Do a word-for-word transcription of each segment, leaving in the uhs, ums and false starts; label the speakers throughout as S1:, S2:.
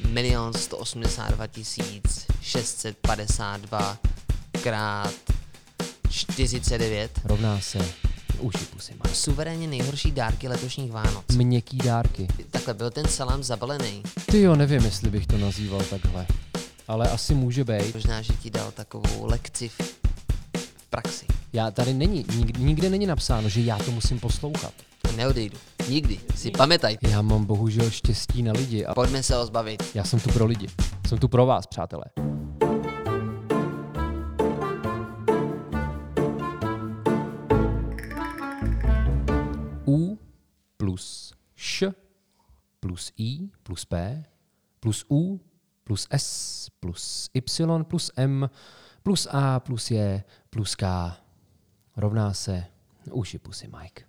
S1: milion sto osmdesát dva tisíc šest set padesát dva krát čtyřicet devět
S2: rovná se uši pusy má.
S1: Suverénně nejhorší dárky letošních Vánoc.
S2: Měkký dárky.
S1: Takhle byl ten salám zabalený.
S2: Ty jo, nevím, jestli bych to nazýval takhle. Ale asi může být.
S1: Možná, že ti dal takovou lekci v, v praxi.
S2: Já tady není, nikde, nikde není napsáno, že já to musím poslouchat.
S1: Neodejdu. Nikdy. Si pamětajte.
S2: Já mám bohužel štěstí na lidi a
S1: Pojďme se ho zbavit.
S2: já jsem tu pro lidi. Jsem tu pro vás, přátelé. U plus š plus i plus p plus u plus s plus y plus m plus a plus j plus k rovná se uši pusy Mike.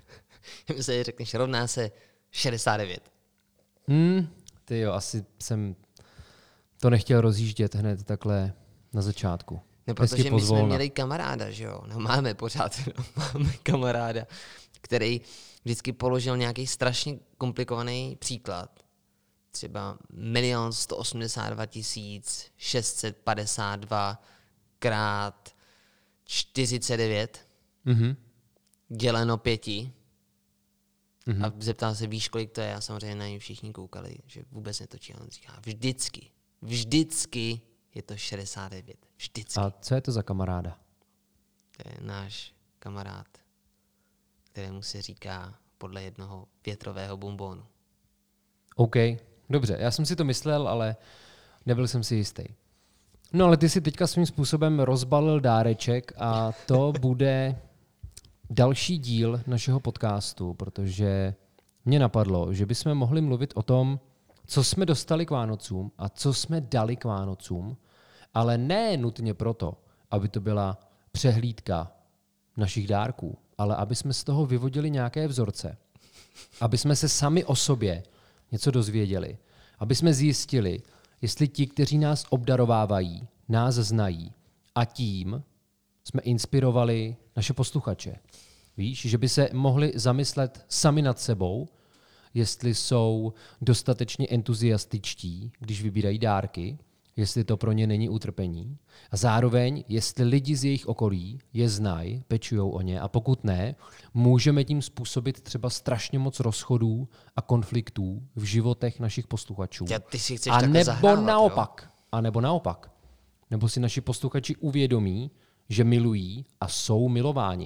S1: My se řekneš, rovná se šedesát devět.
S2: Hmm, ty jo, asi jsem to nechtěl rozjíždět hned takhle na začátku.
S1: No, protože my jsme měli kamaráda, že jo? No, máme pořád, no, máme kamaráda, který vždycky položil nějaký strašně komplikovaný příklad. Třeba milion sto osmdesát dva tisíc šest set padesát dva krát čtyřicet devět
S2: Mhm.
S1: děleno pěti.
S2: Mhm.
S1: A zeptal se, víš, kolik to je? A samozřejmě na něj všichni koukali, že vůbec netočí. On říká, vždycky, vždycky je to šedesát devět. Vždycky.
S2: A co je to za kamaráda?
S1: To je náš kamarád, kterému se říká podle jednoho větrového bonbónu.
S2: OK, dobře, já jsem si to myslel, ale nebyl jsem si jistý. No ale ty si teďka svým způsobem rozbalil dáreček a to bude další díl našeho podcastu, protože mě napadlo, že bychom mohli mluvit o tom, co jsme dostali k Vánocům a co jsme dali k Vánocům, ale ne nutně proto, aby to byla přehlídka našich dárků, ale aby jsme z toho vyvodili nějaké vzorce, aby jsme se sami o sobě něco dozvěděli, aby jsme zjistili, jestli ti, kteří nás obdarovávají, nás znají a tím jsme inspirovali naše posluchače. Víš, že by se mohli zamyslet sami nad sebou, jestli jsou dostatečně entuziastičtí, když vybírají dárky, jestli to pro ně není utrpení a zároveň, jestli lidi z jejich okolí je znají, pečujou o ně a pokud ne, můžeme tím způsobit třeba strašně moc rozchodů a konfliktů v životech našich posluchačů.
S1: Já, ty si chceš
S2: a
S1: takhle
S2: nebo
S1: zahrávat,
S2: naopak,
S1: jo?
S2: a nebo naopak, nebo si naši posluchači uvědomí, že milují a jsou milováni.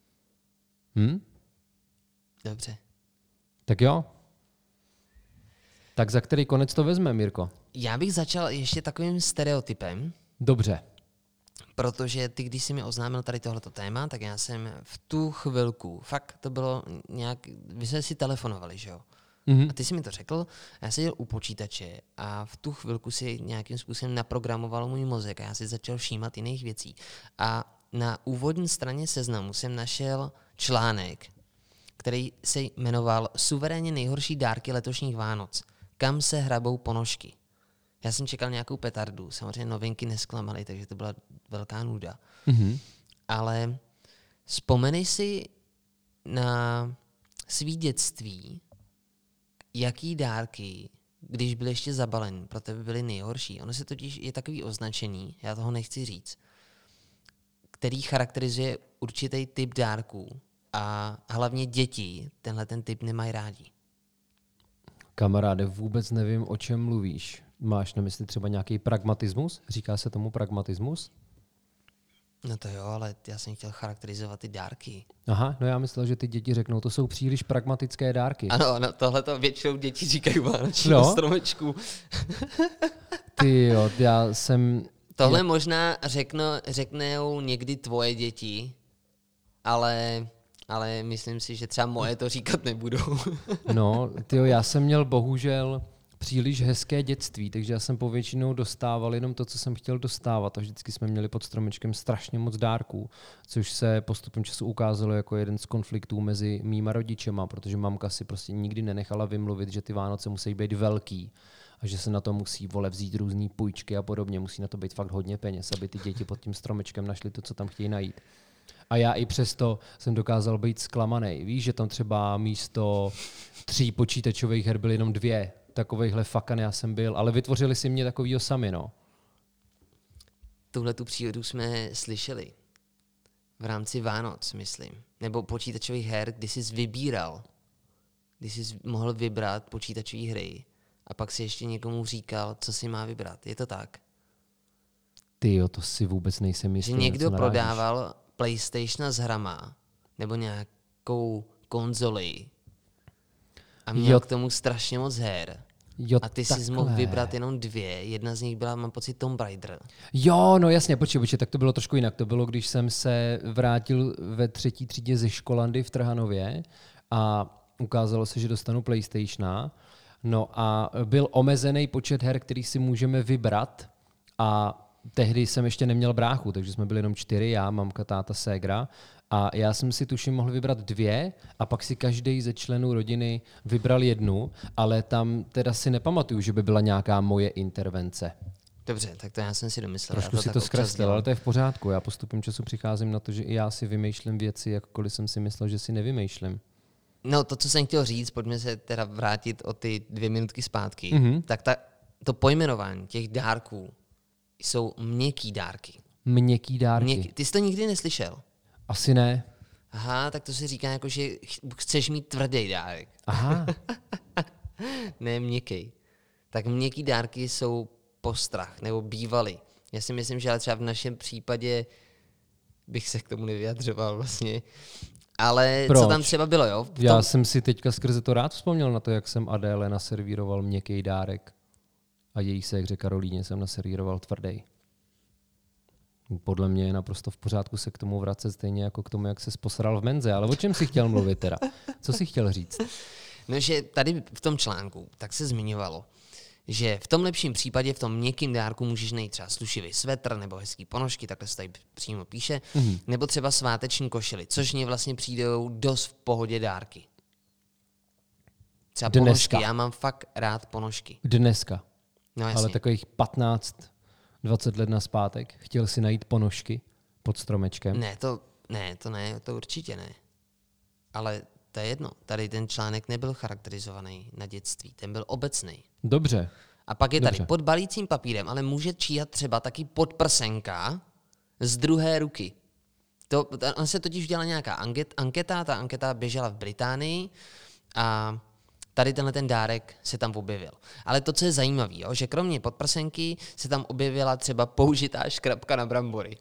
S2: Hm?
S1: Dobře.
S2: Tak jo. Tak za který konec to vezme, Mirko?
S1: Já bych začal ještě takovým stereotypem,
S2: Dobře.
S1: protože ty, když jsi mi oznámil tady tohleto téma, tak já jsem v tu chvilku, fakt to bylo nějak, vy jste si telefonovali, že jo?
S2: Mhm.
S1: A ty jsi mi to řekl, a já seděl u počítače a v tu chvilku si nějakým způsobem naprogramoval můj mozek a já si začal všímat jiných věcí. A na úvodní straně seznamu jsem našel článek, který se jmenoval Suverénně nejhorší dárky letošních Vánoc. Kam se hrabou ponožky? Já jsem čekal nějakou petardu, samozřejmě novinky nesklamaly, takže to byla velká nuda.
S2: Mhm.
S1: Ale vzpomeneš si na svý dětství, jaký dárky, když byly ještě zabalený, pro tebe byly nejhorší. Ono se totiž je takový označení, já toho nechci říct, který charakterizuje určitý typ dárků a hlavně děti tenhle ten typ nemají rádi.
S2: Kamaráde, vůbec nevím, o čem mluvíš. Máš na mysli třeba nějaký pragmatismus? Říká se tomu pragmatismus?
S1: No to jo, ale já jsem chtěl charakterizovat ty dárky.
S2: Aha, no já myslel, že ty děti řeknou, to jsou příliš pragmatické dárky.
S1: Ano, no, tohle to většinou děti říkají vánočního
S2: No.
S1: stromečku.
S2: Ty jo, já jsem...
S1: Tohle je... možná řekno, řeknou někdy tvoje děti, ale, ale myslím si, že třeba moje to říkat nebudou.
S2: No, tyjo, já jsem měl bohužel příliš hezké dětství, takže já jsem povětšinou dostával jenom to, co jsem chtěl dostávat a vždycky jsme měli pod stromečkem strašně moc dárků, což se postupem času ukázalo jako jeden z konfliktů mezi mýma rodičema, protože mamka si prostě nikdy nenechala vymluvit, že ty Vánoce musí být velký a že se na to musí vole vzít různý půjčky a podobně, musí na to být fakt hodně peněz, aby ty děti pod tím stromečkem našli to, co tam chtějí najít. A já i přesto jsem dokázal být zklamaný. Víš, že tam třeba místo tří počítačových her byly jenom dvě takovejhle fakan já jsem byl, ale vytvořili si mě takovýho sami, no.
S1: Tuhle tu příhodu jsme slyšeli v rámci Vánoc, myslím. Nebo počítačových her, kdy jsi vybíral, kdy jsi mohl vybrat počítačové hry a pak si ještě někomu říkal, co si má vybrat. Je to tak?
S2: Tyjo, to si vůbec nejsem jistý.
S1: Že někdo prodával PlayStation s hrama nebo nějakou konzoli a měl jo. k tomu strašně moc her.
S2: Jo,
S1: a ty jsi mohl vybrat jenom dvě. Jedna z nich byla, mám pocit, Tomb Raider.
S2: Jo, no jasně, počkej, počkej, tak to bylo trošku jinak. To bylo, když jsem se vrátil ve třetí třídě ze Školandy v Trhanově a ukázalo se, že dostanu PlayStationa. No a byl omezený počet her, který si můžeme vybrat a tehdy jsem ještě neměl bráchu, takže jsme byli jenom čtyři, já, mamka, táta, ségra. A já jsem si tuším mohl vybrat dvě a pak si každý ze členů rodiny vybral jednu, ale tam teda si nepamatuju, že by byla nějaká moje intervence.
S1: Dobře, tak to já jsem si domyslel.
S2: Trošku to si to zkreslil, ale to je v pořádku. Já postupem času přicházím na to, že i já si vymýšlím věci, jakkoliv jsem si myslel, že si nevymýšlím.
S1: No to, co jsem chtěl říct, pojďme se teda vrátit o ty dvě minutky zpátky,
S2: mm-hmm.
S1: tak ta, to pojmenování těch dárků jsou měkký dárky.
S2: Měkký dárky.
S1: Měkký. Ty jsi to nikdy neslyšel?
S2: Asi ne.
S1: Aha, tak to se říká jako, že chceš mít tvrdý dárek.
S2: Aha.
S1: Ne měkký. Tak měkký dárky jsou postrach, nebo bývaly. Já si myslím, že ale třeba v našem případě bych se k tomu nevyjadřoval vlastně. Ale
S2: Proč?
S1: Co tam třeba bylo, jo? Tom...
S2: Já jsem si teďka skrze to rád vzpomněl na to, jak jsem Adéle naservíroval měkký dárek. A její séhře Karolíně jsem naservíroval tvrdý. Podle mě je naprosto v pořádku se k tomu vracet, stejně jako k tomu, jak se posral v menze. Ale o čem jsi chtěl mluvit teda? Co jsi chtěl říct?
S1: No, že tady v tom článku tak se zmiňovalo, že v tom lepším případě v tom měkkým dárku můžeš najít třeba slušivý svetr nebo hezký ponožky, takhle se tady přímo píše, mm-hmm. nebo třeba sváteční košily, což mně vlastně přijdou dost v pohodě dárky. Třeba
S2: Dneska.
S1: Ponožky, já mám fakt rád ponožky.
S2: Dneska.
S1: No, jasně.
S2: Ale takových patnáct dvacet let nazpátek chtěl si najít ponožky pod stromečkem.
S1: Ne, to ne, to ne, to určitě ne. Ale to je jedno. Tady ten článek nebyl charakterizovaný na dětství, ten byl obecný.
S2: Dobře.
S1: A pak je
S2: Dobře.
S1: tady pod balícím papírem, ale může číhat třeba taky podprsenka z druhé ruky. To, on se totiž dělala nějaká anket, anketa, ta anketa běžela v Británii a tady tenhle ten dárek se tam objevil. Ale to, co je zajímavé, že kromě podprsenky se tam objevila třeba použitá škrabka na brambory.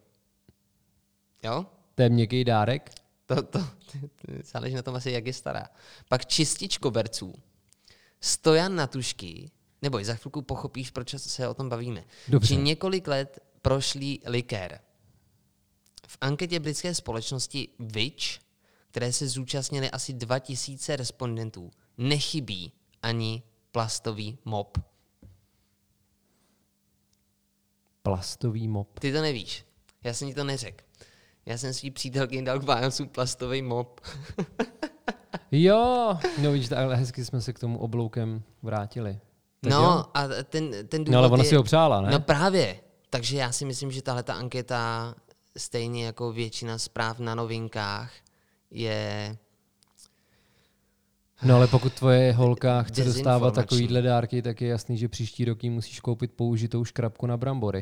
S1: Jo?
S2: To je měkký dárek?
S1: To, to, to, to záleží na tom asi, jak je stará. Pak čistič koberců, stojan na tušky, neboj, za chvilku pochopíš, proč se o tom bavíme.
S2: Dobře.
S1: Či několik let prošlý likér. V anketě britské společnosti Which, které se zúčastnili asi dva tisíce respondentů, nechybí ani plastový mop.
S2: Plastový mop.
S1: Ty to nevíš. Já jsem ti to neřekl. Já jsem svý přítelkyni dal k Vánocům plastový mop.
S2: Jo, no vidíš, ale hezky jsme se k tomu obloukem vrátili. Tak
S1: no
S2: jo?
S1: a ten, ten důvod
S2: No ale ona
S1: je,
S2: si ho přála, ne?
S1: No právě. Takže já si myslím, že tahle ta anketa, stejně jako většina zpráv na novinkách, je...
S2: No ale pokud tvoje holka chce dostávat takovýhle dárky, tak je jasný, že příští rok jí musíš koupit použitou škrabku na brambory.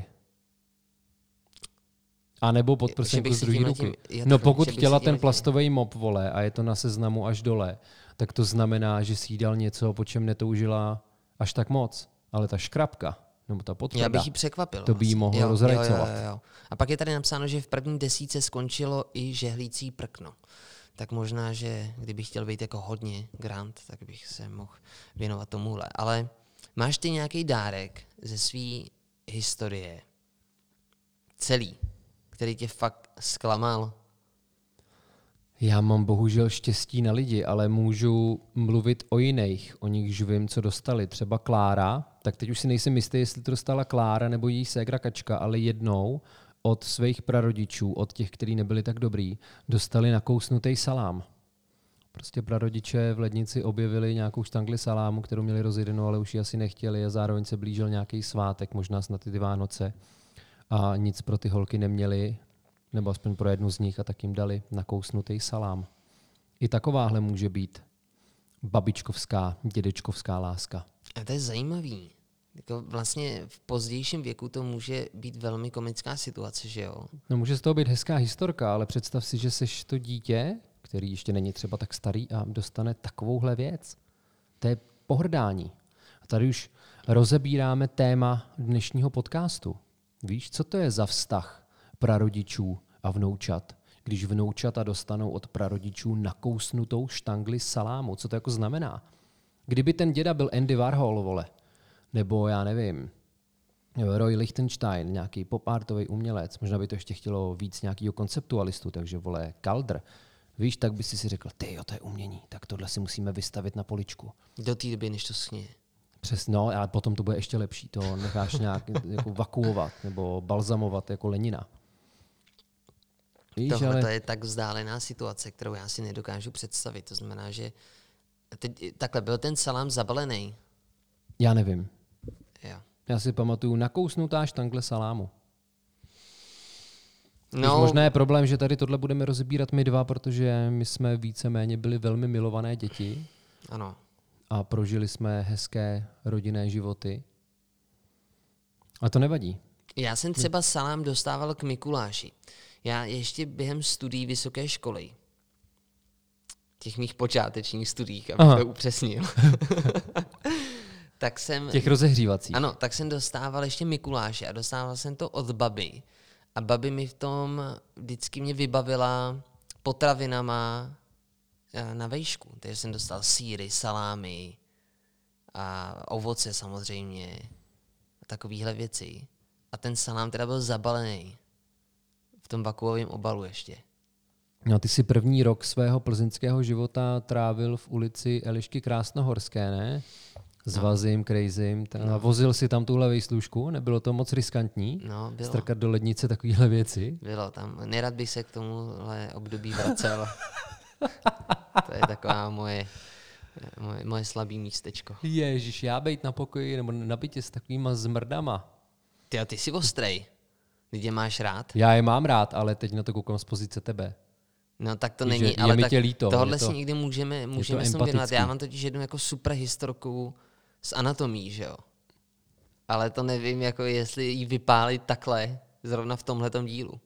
S2: A nebo podprsenku z druhé ruky. Tím, no pokud chtěla ten plastový mop, vole, a je to na seznamu až dole, tak to znamená, že si jí dal něco, po čem netoužila až tak moc. Ale ta škrabka, nebo ta podprda,
S1: já bych jí překvapil.
S2: to by jí mohlo jo, rozrajcovat.
S1: Jo, jo, jo. A pak je tady napsáno, že v první desíce skončilo i žehlící prkno. Tak možná, že kdybych chtěl být jako hodně grant, tak bych se mohl věnovat tomuhle. Ale máš ty nějaký dárek ze své historie, celý, který tě fakt zklamal?
S2: Já mám bohužel štěstí na lidi, ale můžu mluvit o jiných, o nichž vím, co dostali. Třeba Klára, tak teď už si nejsem jistý, jestli to dostala Klára nebo její ségra Kačka, ale jednou od svých prarodičů, od těch, kteří nebyli tak dobrý, dostali nakousnutý salám. Prostě prarodiče v lednici objevili nějakou štangli salámu, kterou měli rozjedenou, ale už ji asi nechtěli a zároveň se blížil nějaký svátek, možná snad ty Vánoce. A nic pro ty holky neměli, nebo aspoň pro jednu z nich, a tak jim dali nakousnutý salám. I takováhle může být babičkovská, dědečkovská láska.
S1: A to je zajímavý. Jako vlastně v pozdějším věku to může být velmi komická situace, že jo?
S2: No může z toho být hezká historka, ale představ si, že seš to dítě, který ještě není třeba tak starý a dostane takovouhle věc. To je pohrdání. A tady už rozebíráme téma dnešního podcastu. Víš, co to je za vztah prarodičů a vnoučat, když vnoučata dostanou od prarodičů nakousnutou štangli salámu? Co to jako znamená? Kdyby ten děda byl Andy Warhol, vole, nebo já nevím, Roy Lichtenstein, nějaký pop-artový umělec, možná by to ještě chtělo víc nějakého konceptualistu, takže vole, Kaldr, víš, tak by si si řekl, ty jo, to je umění, tak tohle si musíme vystavit na poličku.
S1: Do té doby, než to schně.
S2: Přesně, no, ale potom to bude ještě lepší, to necháš nějak jako vakuovat nebo balzamovat jako Lenina. Víš,
S1: Tohle
S2: ale...
S1: to je tak vzdálená situace, kterou já si nedokážu představit. To znamená, že teď, takhle byl ten salám zabalený.
S2: Já nevím.
S1: Jo.
S2: Já si pamatuju nakousnutá štangle salámu.
S1: No,
S2: možná je problém, že tady tohle budeme rozebírat my dva, protože my jsme víceméně byli velmi milované děti.
S1: Ano.
S2: A prožili jsme hezké rodinné životy. A to nevadí.
S1: Já jsem třeba salám dostával k Mikuláši. Já ještě během studií vysoké školy, těch mých počátečních studiích, abych Aha. to upřesnil, tak jsem...
S2: Těch rozehřívacích.
S1: Ano, tak jsem dostával ještě Mikuláše a dostával jsem to od babi. A babi mi v tom vždycky mě vybavila potravinama na vejšku. Takže jsem dostal sýry, salámy a ovoce samozřejmě. A takovýhle věci. A ten salám teda byl zabalený. V tom vakuovém obalu ještě.
S2: No, ty si první rok svého plzeňského života trávil v ulici Elišky Krásnohorské, ne? S no. Vazim, Krejzim. No. Vozil si tam tuhle vejslužku? Nebylo to moc riskantní?
S1: No, bylo.
S2: Strkat do lednice takovéhle věci?
S1: Bylo tam. Nerad bych se k tomuhle období vracel. To je taková moje, moje, moje slabý místečko.
S2: Ježiš, já bejt na pokoji nebo na bytě s takovýma zmrdama.
S1: Ty, ty jsi ostrej. Ty tě máš rád?
S2: Já je mám rád, ale teď na to koukám z pozice tebe.
S1: No tak to
S2: Víš,
S1: není,
S2: je
S1: ale
S2: mi
S1: tak
S2: tě líto,
S1: tohle
S2: to,
S1: si někdy můžeme, můžeme s tom věnovat. Já mám totiž jednu jako super historku z anatomí, že jo? Ale to nevím, jako jestli ji vypálit takhle, zrovna v tomhletom dílu.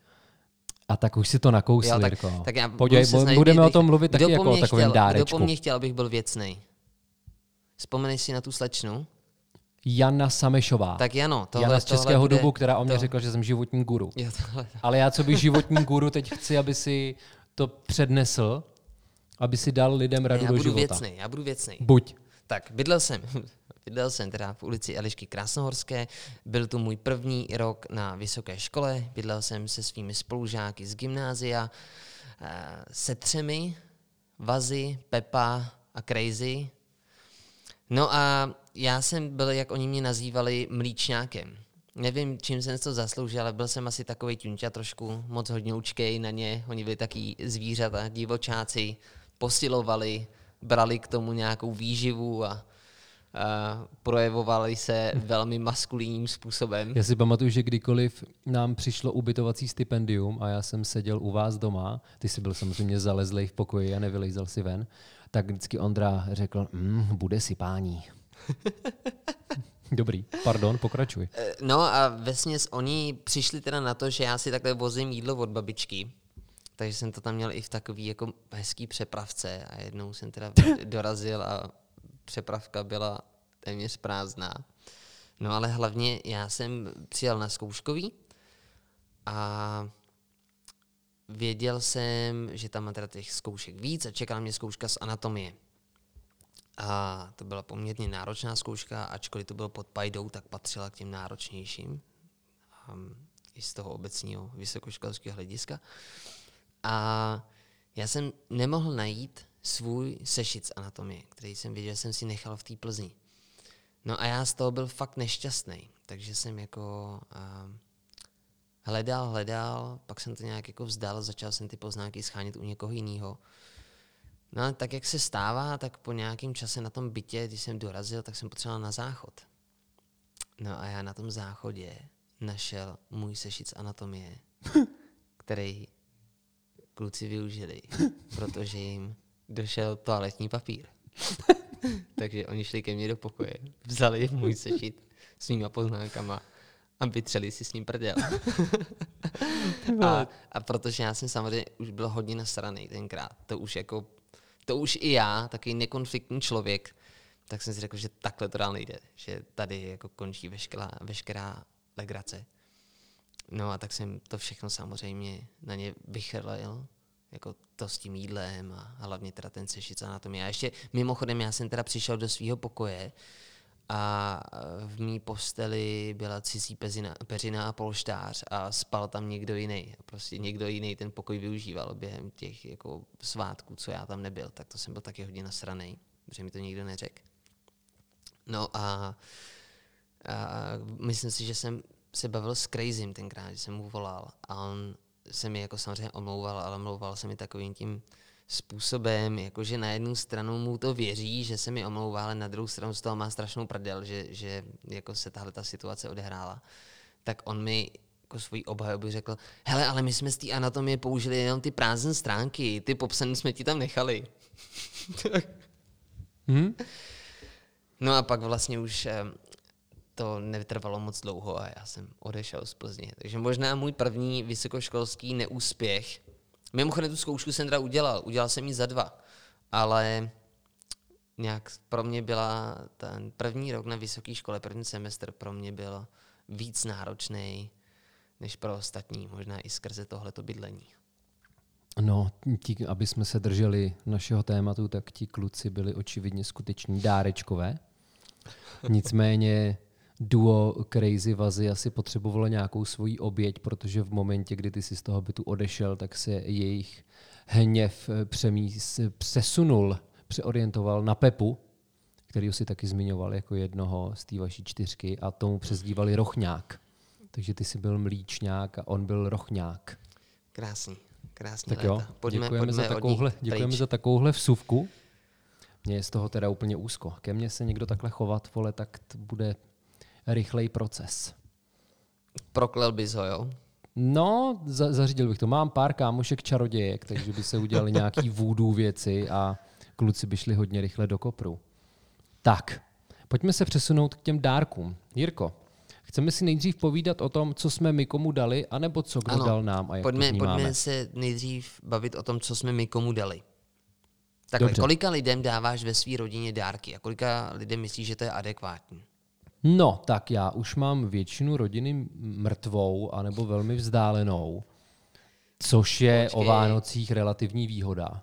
S2: A tak už si to nakousl,
S1: jo, tak,
S2: Jirko.
S1: tak já
S2: Podívej,
S1: snažit,
S2: budeme
S1: bych,
S2: o tom mluvit taky jako o takovém
S1: chtěl,
S2: dárečku.
S1: Kdo po mně chtěl, abych byl věcnej? Vzpomeneš si na tu slečnu?
S2: Jana Samešová.
S1: Tak Jano, tohle,
S2: Jana z Českého
S1: bude,
S2: dobu, která o mě
S1: to...
S2: řekla, že jsem životní guru.
S1: Jo, tohle.
S2: Ale já, co bych životní guru, teď chci, aby si to přednesl, aby si dal lidem radu
S1: já
S2: do
S1: budu
S2: života.
S1: Věcnej, já budu věcnej.
S2: Buď.
S1: Tak, bydlel jsem, bydlel jsem teda v ulici Elišky Krásnohorské, byl to můj první rok na vysoké škole, bydlel jsem se svými spolužáky z gymnázia, se třemi, Vazy, Pepa a Crazy. No a já jsem byl, jak oni mě nazývali, mlíčňákem. Nevím, čím jsem to zasloužil, ale byl jsem asi takovej ťunťa trošku, moc hodňoučkej na ně. Oni byli taky zvířata, divočáci, posilovali, brali k tomu nějakou výživu a, a projevovali se velmi maskulinním způsobem.
S2: Já si pamatuju, že kdykoliv nám přišlo ubytovací stipendium a já jsem seděl u vás doma, ty jsi byl samozřejmě zalezlej v pokoji a nevylejzal si ven, tak vždycky Ondra řekl, mm, bude si pání. Dobrý, pardon, pokračuj.
S1: No a vesměs oni přišli teda na to, že já si takhle vozím jídlo od babičky, takže jsem to tam měl i v takový jako hezký přepravce a jednou jsem teda dorazil a přepravka byla téměř prázdná. No ale hlavně já jsem přijel na zkouškový a věděl jsem, že tam má teda těch zkoušek víc a čekala mě zkouška z anatomie. A to byla poměrně náročná zkouška, ačkoliv to bylo pod pajdou, tak patřila k těm náročnějším. Um, I z toho obecního vysokoškolského hlediska. A já jsem nemohl najít svůj sešit z anatomie, který jsem věděl, že jsem si nechal v té Plzni. No a já z toho byl fakt nešťastný, takže jsem jako um, hledal, hledal, pak jsem to nějak jako vzdal, začal jsem ty poznámky schánět u někoho jiného. No a tak, jak se stává, tak po nějakém čase na tom bytě, když jsem dorazil, tak jsem potřeboval na záchod. No a já na tom záchodě našel můj sešit z anatomie, který kluci využili, protože jim došel toaletní papír. Takže oni šli ke mně do pokoje, vzali můj sešit s mýma poznámkama a vytřeli si s ním prdel. a, a protože já jsem samozřejmě už byl hodně nasranej tenkrát, to už jako, to už i já, takový nekonfliktní člověk, tak jsem si řekl, že takhle to dál nejde, že tady jako končí veškerá, veškerá legrace. No a tak jsem to všechno samozřejmě na ně vychrlil, jako to s tím jídlem a hlavně teda ten sešit na tom. Já ještě, mimochodem, já jsem teda přišel do svého pokoje a v mý posteli byla cizí peřina, peřina a polštář a spal tam někdo jiný. Prostě někdo jiný ten pokoj využíval během těch jako svátků, co já tam nebyl. Tak to jsem byl taky hodně nasranej, protože mi to nikdo neřekl. No a, a myslím si, že jsem se bavil s Crazym tenkrát, že jsem mu volal a on se mi jako samozřejmě omlouval, ale omlouval se mi takovým tím způsobem, jakože na jednu stranu mu to věří, že se mi omlouvá, ale na druhou stranu z toho má strašnou prdel, že, že jako se tahle ta situace odehrála. Tak on mi jako svojí obhajobu řekl, hele, ale my jsme z té anatomie použili jenom ty prázdné stránky, ty popsané jsme ti tam nechali. hmm? No a pak vlastně už to netrvalo moc dlouho a já jsem odešel z Plzně. Takže možná můj první vysokoškolský neúspěch. Mimochodem tu zkoušku jsem teda udělal. Udělal jsem ji za dva. Ale nějak pro mě byla ten první rok na vysoké škole, první semestr pro mě byl víc náročný než pro ostatní. Možná i skrze tohleto bydlení.
S2: No, tí, aby jsme se drželi našeho tématu, tak ti kluci byli očividně skuteční dárečkové. Nicméně duo Crazy Vazy asi potřebovalo nějakou svoji oběť, protože v momentě, kdy ty si z toho bytu odešel, tak se jejich hněv přemís, přesunul, přeorientoval na Pepu, kterýho si taky zmiňoval jako jednoho z té vaší čtyřky a tomu přezdívali Rochňák. Takže ty si byl Mlíčňák a on byl Rochňák.
S1: Krásný, krásný
S2: tak jo,
S1: léta. Pojďme,
S2: děkujeme,
S1: pojďme
S2: za takovouhle, děkujeme za takovouhle vsuvku. Mně je z toho teda úplně úzko. Ke mně se někdo takhle chovat, vole, tak to bude rychlej proces.
S1: Proklel bys ho, jo?
S2: No, za, zařídil bych to. Mám pár kámošek čarodějek, takže by se udělali nějaký voodoo věci a kluci by šli hodně rychle do kopru. Tak, pojďme se přesunout k těm dárkům. Jirko, chceme si nejdřív povídat o tom, co jsme my komu dali, anebo co kdo
S1: ano,
S2: dal nám a jak
S1: pojďme,
S2: to vnímáme.
S1: Pojďme se nejdřív bavit o tom, co jsme my komu dali. Takhle,
S2: Dobře.
S1: Kolika lidem dáváš ve své rodině dárky a kolika lidem myslíš, že to je adekvátní?
S2: No, tak já už mám většinu rodiny mrtvou anebo velmi vzdálenou, což je
S1: Počkej.
S2: o Vánocích relativní výhoda.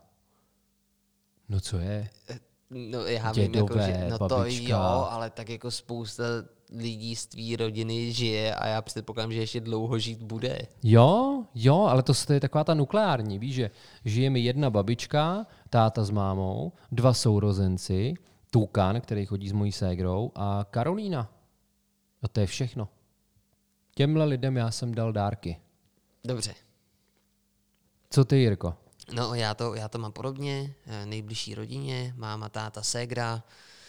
S2: No co je?
S1: No já
S2: Dědové,
S1: vím, jako, že, no to
S2: babička.
S1: jo, ale tak jako spousta lidí z tvý rodiny žije a já předpokládám, že ještě dlouho žít bude.
S2: Jo, jo, ale to, to je taková ta nukleární, víš, že žije mi jedna babička, táta s mámou, dva sourozenci, Tukan, který chodí s mojí ségrou, a Karolína. A to je všechno. Těmhle lidem já jsem dal dárky.
S1: Dobře.
S2: Co ty, Jirko?
S1: No já to, já to mám podobně, nejbližší rodině, máma, táta, ségra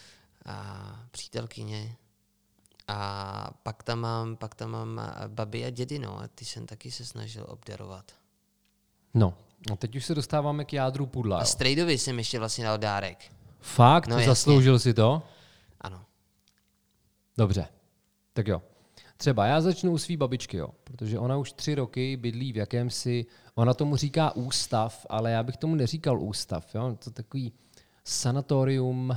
S1: a přítelkyně. A pak tam mám, pak tam mám babi a dědy, no, a ty jsem taky se snažil obdarovat.
S2: No, a teď už se dostáváme k jádru pudla.
S1: A
S2: Jo.
S1: strejdovi jsem ještě vlastně dal dárek.
S2: Fakt?
S1: No,
S2: No,
S1: jasně.
S2: zasloužil si to?
S1: Ano.
S2: Dobře. Tak jo. Třeba já začnu u svý babičky, jo, protože ona už tři roky bydlí v jakémsi, ona tomu říká ústav, ale já bych tomu neříkal ústav, jo, to takový sanatorium,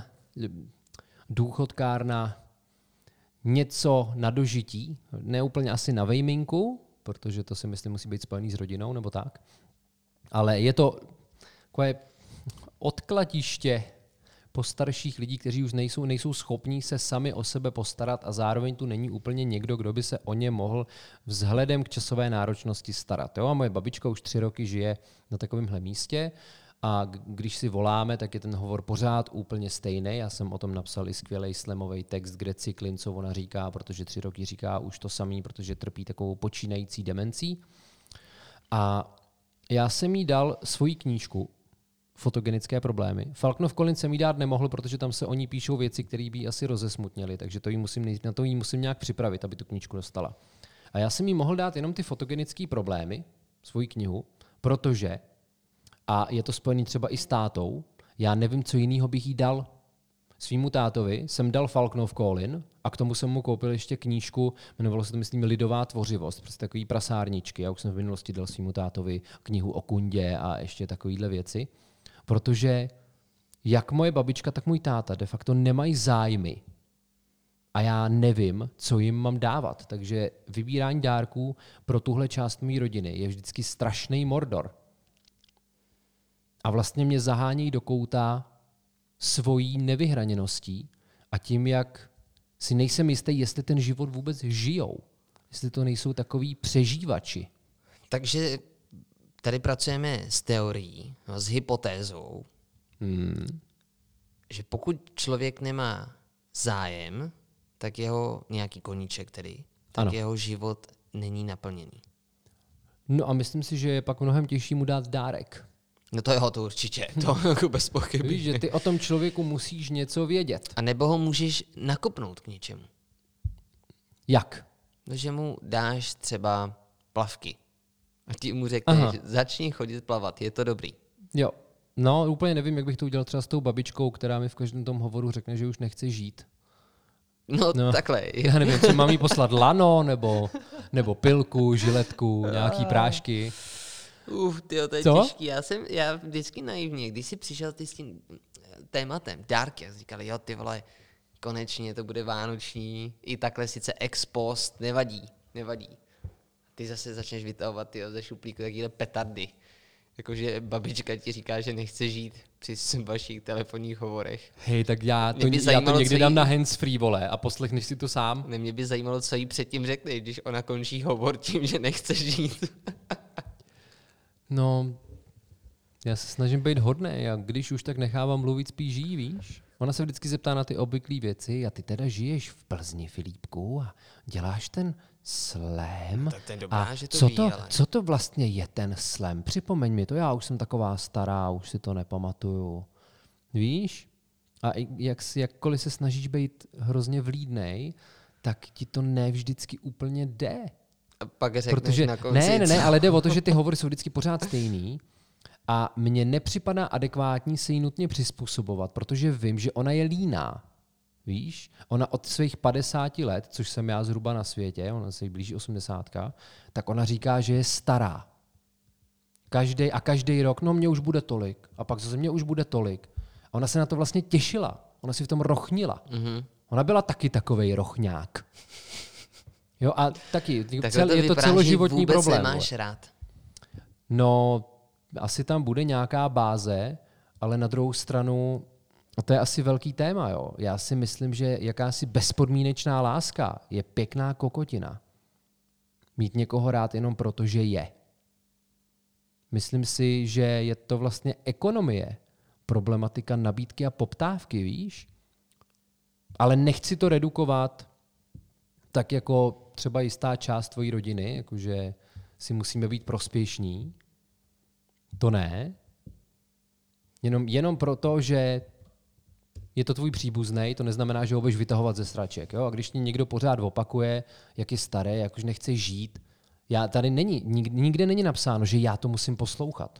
S2: důchodkárna, něco na dožití, ne úplně asi na vejminku, protože to si myslím musí být spojený s rodinou nebo tak, ale je to takové odkladiště postarších lidí, kteří už nejsou, nejsou schopní se sami o sebe postarat a zároveň tu není úplně někdo, kdo by se o ně mohl vzhledem k časové náročnosti starat. Jo? A moje babička už tři roky žije na takovémhle místě a když si voláme, tak je ten hovor pořád úplně stejný. Já jsem o tom napsal i skvělý slamový text, kde cyklin, co ona říká, protože tři roky říká už to samý, protože trpí takovou počínající demencí. A já jsem jí dal svoji knížku Fotogenické problémy. Falknov Collins jsem jí dát nemohl, protože tam se o ní píšou věci, které by jí asi rozesmutnily, takže to jí musím, na to jí musím nějak připravit, aby tu knížku dostala. A já jsem jí mohl dát jenom ty fotogenické problémy, svoji knihu, protože, a je to spojený třeba i s tátou, já nevím, co jiného bych jí dal. Svýmu tátovi jsem dal Falknov Call-in a k tomu jsem mu koupil ještě knížku, jmenovalo se to, myslím, Lidová tvořivost, prostě takový prasárničky. Já už jsem v minulosti dal svýmu tátovi knihu o kundě a ještě takovýhle věci, protože jak moje babička, tak můj táta de facto nemají zájmy a já nevím, co jim mám dávat. Takže vybírání dárků pro tuhle část mé rodiny je vždycky strašný mordor. A vlastně mě zahánějí do kouta svojí nevyhraněností a tím, jak si nejsem jistý, jestli ten život vůbec žijou. Jestli to nejsou takový přežívači.
S1: Takže tady pracujeme s teorií, no, s hypotézou,
S2: Hmm.
S1: že pokud člověk nemá zájem, tak jeho nějaký koníček tedy, tak
S2: Ano.
S1: jeho život není naplněný.
S2: No a myslím si, že je pak mnohem těžší mu dát dárek.
S1: No to jo, to určitě, to jako bez pochyby.
S2: Víš, že ty o tom člověku musíš něco vědět.
S1: A nebo ho můžeš nakopnout k něčemu.
S2: Jak?
S1: No, že mu dáš třeba plavky. A ty mu řekneš,
S2: Aha.
S1: začni chodit plavat, je to dobrý.
S2: Jo. No, úplně nevím, jak bych to udělal třeba s tou babičkou, která mi v každém tom hovoru řekne, že už nechce žít.
S1: No,
S2: No.
S1: takhle.
S2: Já nevím, co mám jí poslat, lano, nebo, nebo pilku, žiletku, nějaký prášky.
S1: Uf, tyjo, to je
S2: Co?
S1: těžký. Já jsem, já vždycky naivně, když jsi přišel ty s tím tématem, dárky, já říkali, jo, ty vole, konečně to bude vánoční, i takhle sice ex post, nevadí, nevadí. Ty zase začneš vytahovat, tyjo, ze šuplíku takové petardy. Jakože babička ti říká, že nechce žít při vašich telefonních hovorech.
S2: Hej, tak já to,
S1: Mě by
S2: já to
S1: zajímalo,
S2: někdy
S1: co
S2: dám
S1: jí-
S2: na handsfree, vole, a poslechneš si to sám.
S1: Ne, mě by zajímalo, co jí předtím řekneš, když ona končí hovor tím, že nechce žít.
S2: No, já se snažím být hodný a když už tak nechávám mluvit, spíš žijí, víš? Ona se vždycky zeptá na ty obvyklé věci a ty teda žiješ v Plzni, Filipku, a děláš ten slam.
S1: Tak to je dobrá,
S2: a
S1: že to
S2: co,
S1: ví,
S2: to,
S1: ale-
S2: co to vlastně je ten slam? Připomeň mi to, já už jsem taková stará, už si to nepamatuju. Víš? A i jak, si- jakkoliv se snažíš být hrozně vlídnej, tak ti to ne vždycky úplně jde.
S1: A pak řekneš
S2: Protože,
S1: na konci,
S2: ne, ne, ne,
S1: co?
S2: ale jde o to, že ty hovory jsou vždycky pořád stejný a mně nepřipadá adekvátní se jí nutně přizpůsobovat, protože vím, že ona je líná. Víš? Ona od svých padesáti let, což jsem já zhruba na světě, ona se jí blíží osmdesátka, tak ona říká, že je stará. Každý a každý rok, no mě už bude tolik. A pak zase mě už bude tolik. A ona se na to vlastně těšila. Ona si v tom rochnila.
S1: Mhm.
S2: Ona byla taky takovej rochňák. Jo, a taky,
S1: Takhle
S2: cel, je to
S1: vypadá, že
S2: celoživotní
S1: vůbec
S2: problém.
S1: nemáš
S2: vole.
S1: rád.
S2: No, asi tam bude nějaká báze, ale na druhou stranu, a to je asi velký téma, jo. Já si myslím, že jakási bezpodmínečná láska je pěkná kokotina. Mít někoho rád jenom proto, že je. Myslím si, že je to vlastně ekonomie, problematika nabídky a poptávky, víš? Ale nechci to redukovat tak jako třeba jistá část tvojí rodiny, jakože si musíme být prospěšní. To ne. Jenom, jenom proto, že je to tvůj příbuznej, to neznamená, že ho budeš vytahovat ze sraček. Jo? A když ti někdo pořád opakuje, jak je starý, jak už nechce žít, já, tady není, nik, nikde není napsáno, že já to musím poslouchat.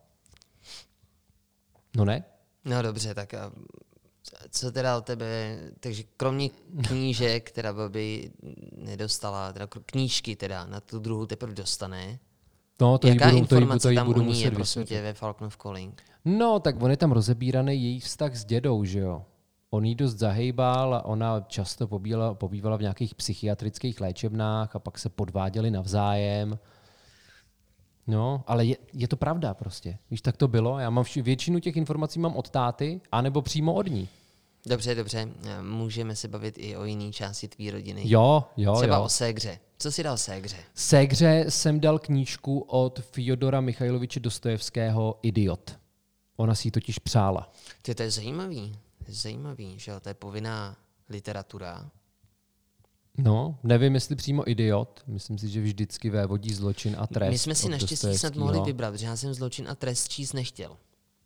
S2: No ne?
S1: No dobře, tak a co teda od tebe, takže kromě knížek, která by nedostala, teda knížky teda, na tu druhou teprve dostane.
S2: No, to jí
S1: Jaká
S2: budu, to jí,
S1: informace
S2: to jí
S1: tam
S2: budu
S1: u ní je,
S2: muset
S1: prosím
S2: vysvětlit.
S1: tě, ve Falknov Calling?
S2: No, tak on je tam rozebíraný její vztah s dědou, že jo. On jí dost zahejbal a ona často pobývala, pobývala v nějakých psychiatrických léčebnách a pak se podváděli navzájem. No, ale je, je to pravda prostě. Víš, tak to bylo. Já mám vši, většinu těch informací mám od táty, anebo přímo od ní.
S1: Dobře, dobře, můžeme se bavit i o jiné části tvý rodiny.
S2: Jo, jo,
S1: Třeba
S2: jo.
S1: o ségře. Co jsi dal ségře?
S2: Ségře jsem dal knížku od Fjodora Michajloviče Dostojevského Idiot. Ona si ji totiž přála.
S1: Ty, to je zajímavý, to je zajímavý, že jo, to je povinná literatura.
S2: No, nevím, jestli přímo Idiot. Myslím si, že vždycky vévodí zločin a trest.
S1: My jsme si
S2: od
S1: naštěstí snad
S2: Dostojevského.
S1: mohli vybrat, že já jsem Zločin a trest číst nechtěl.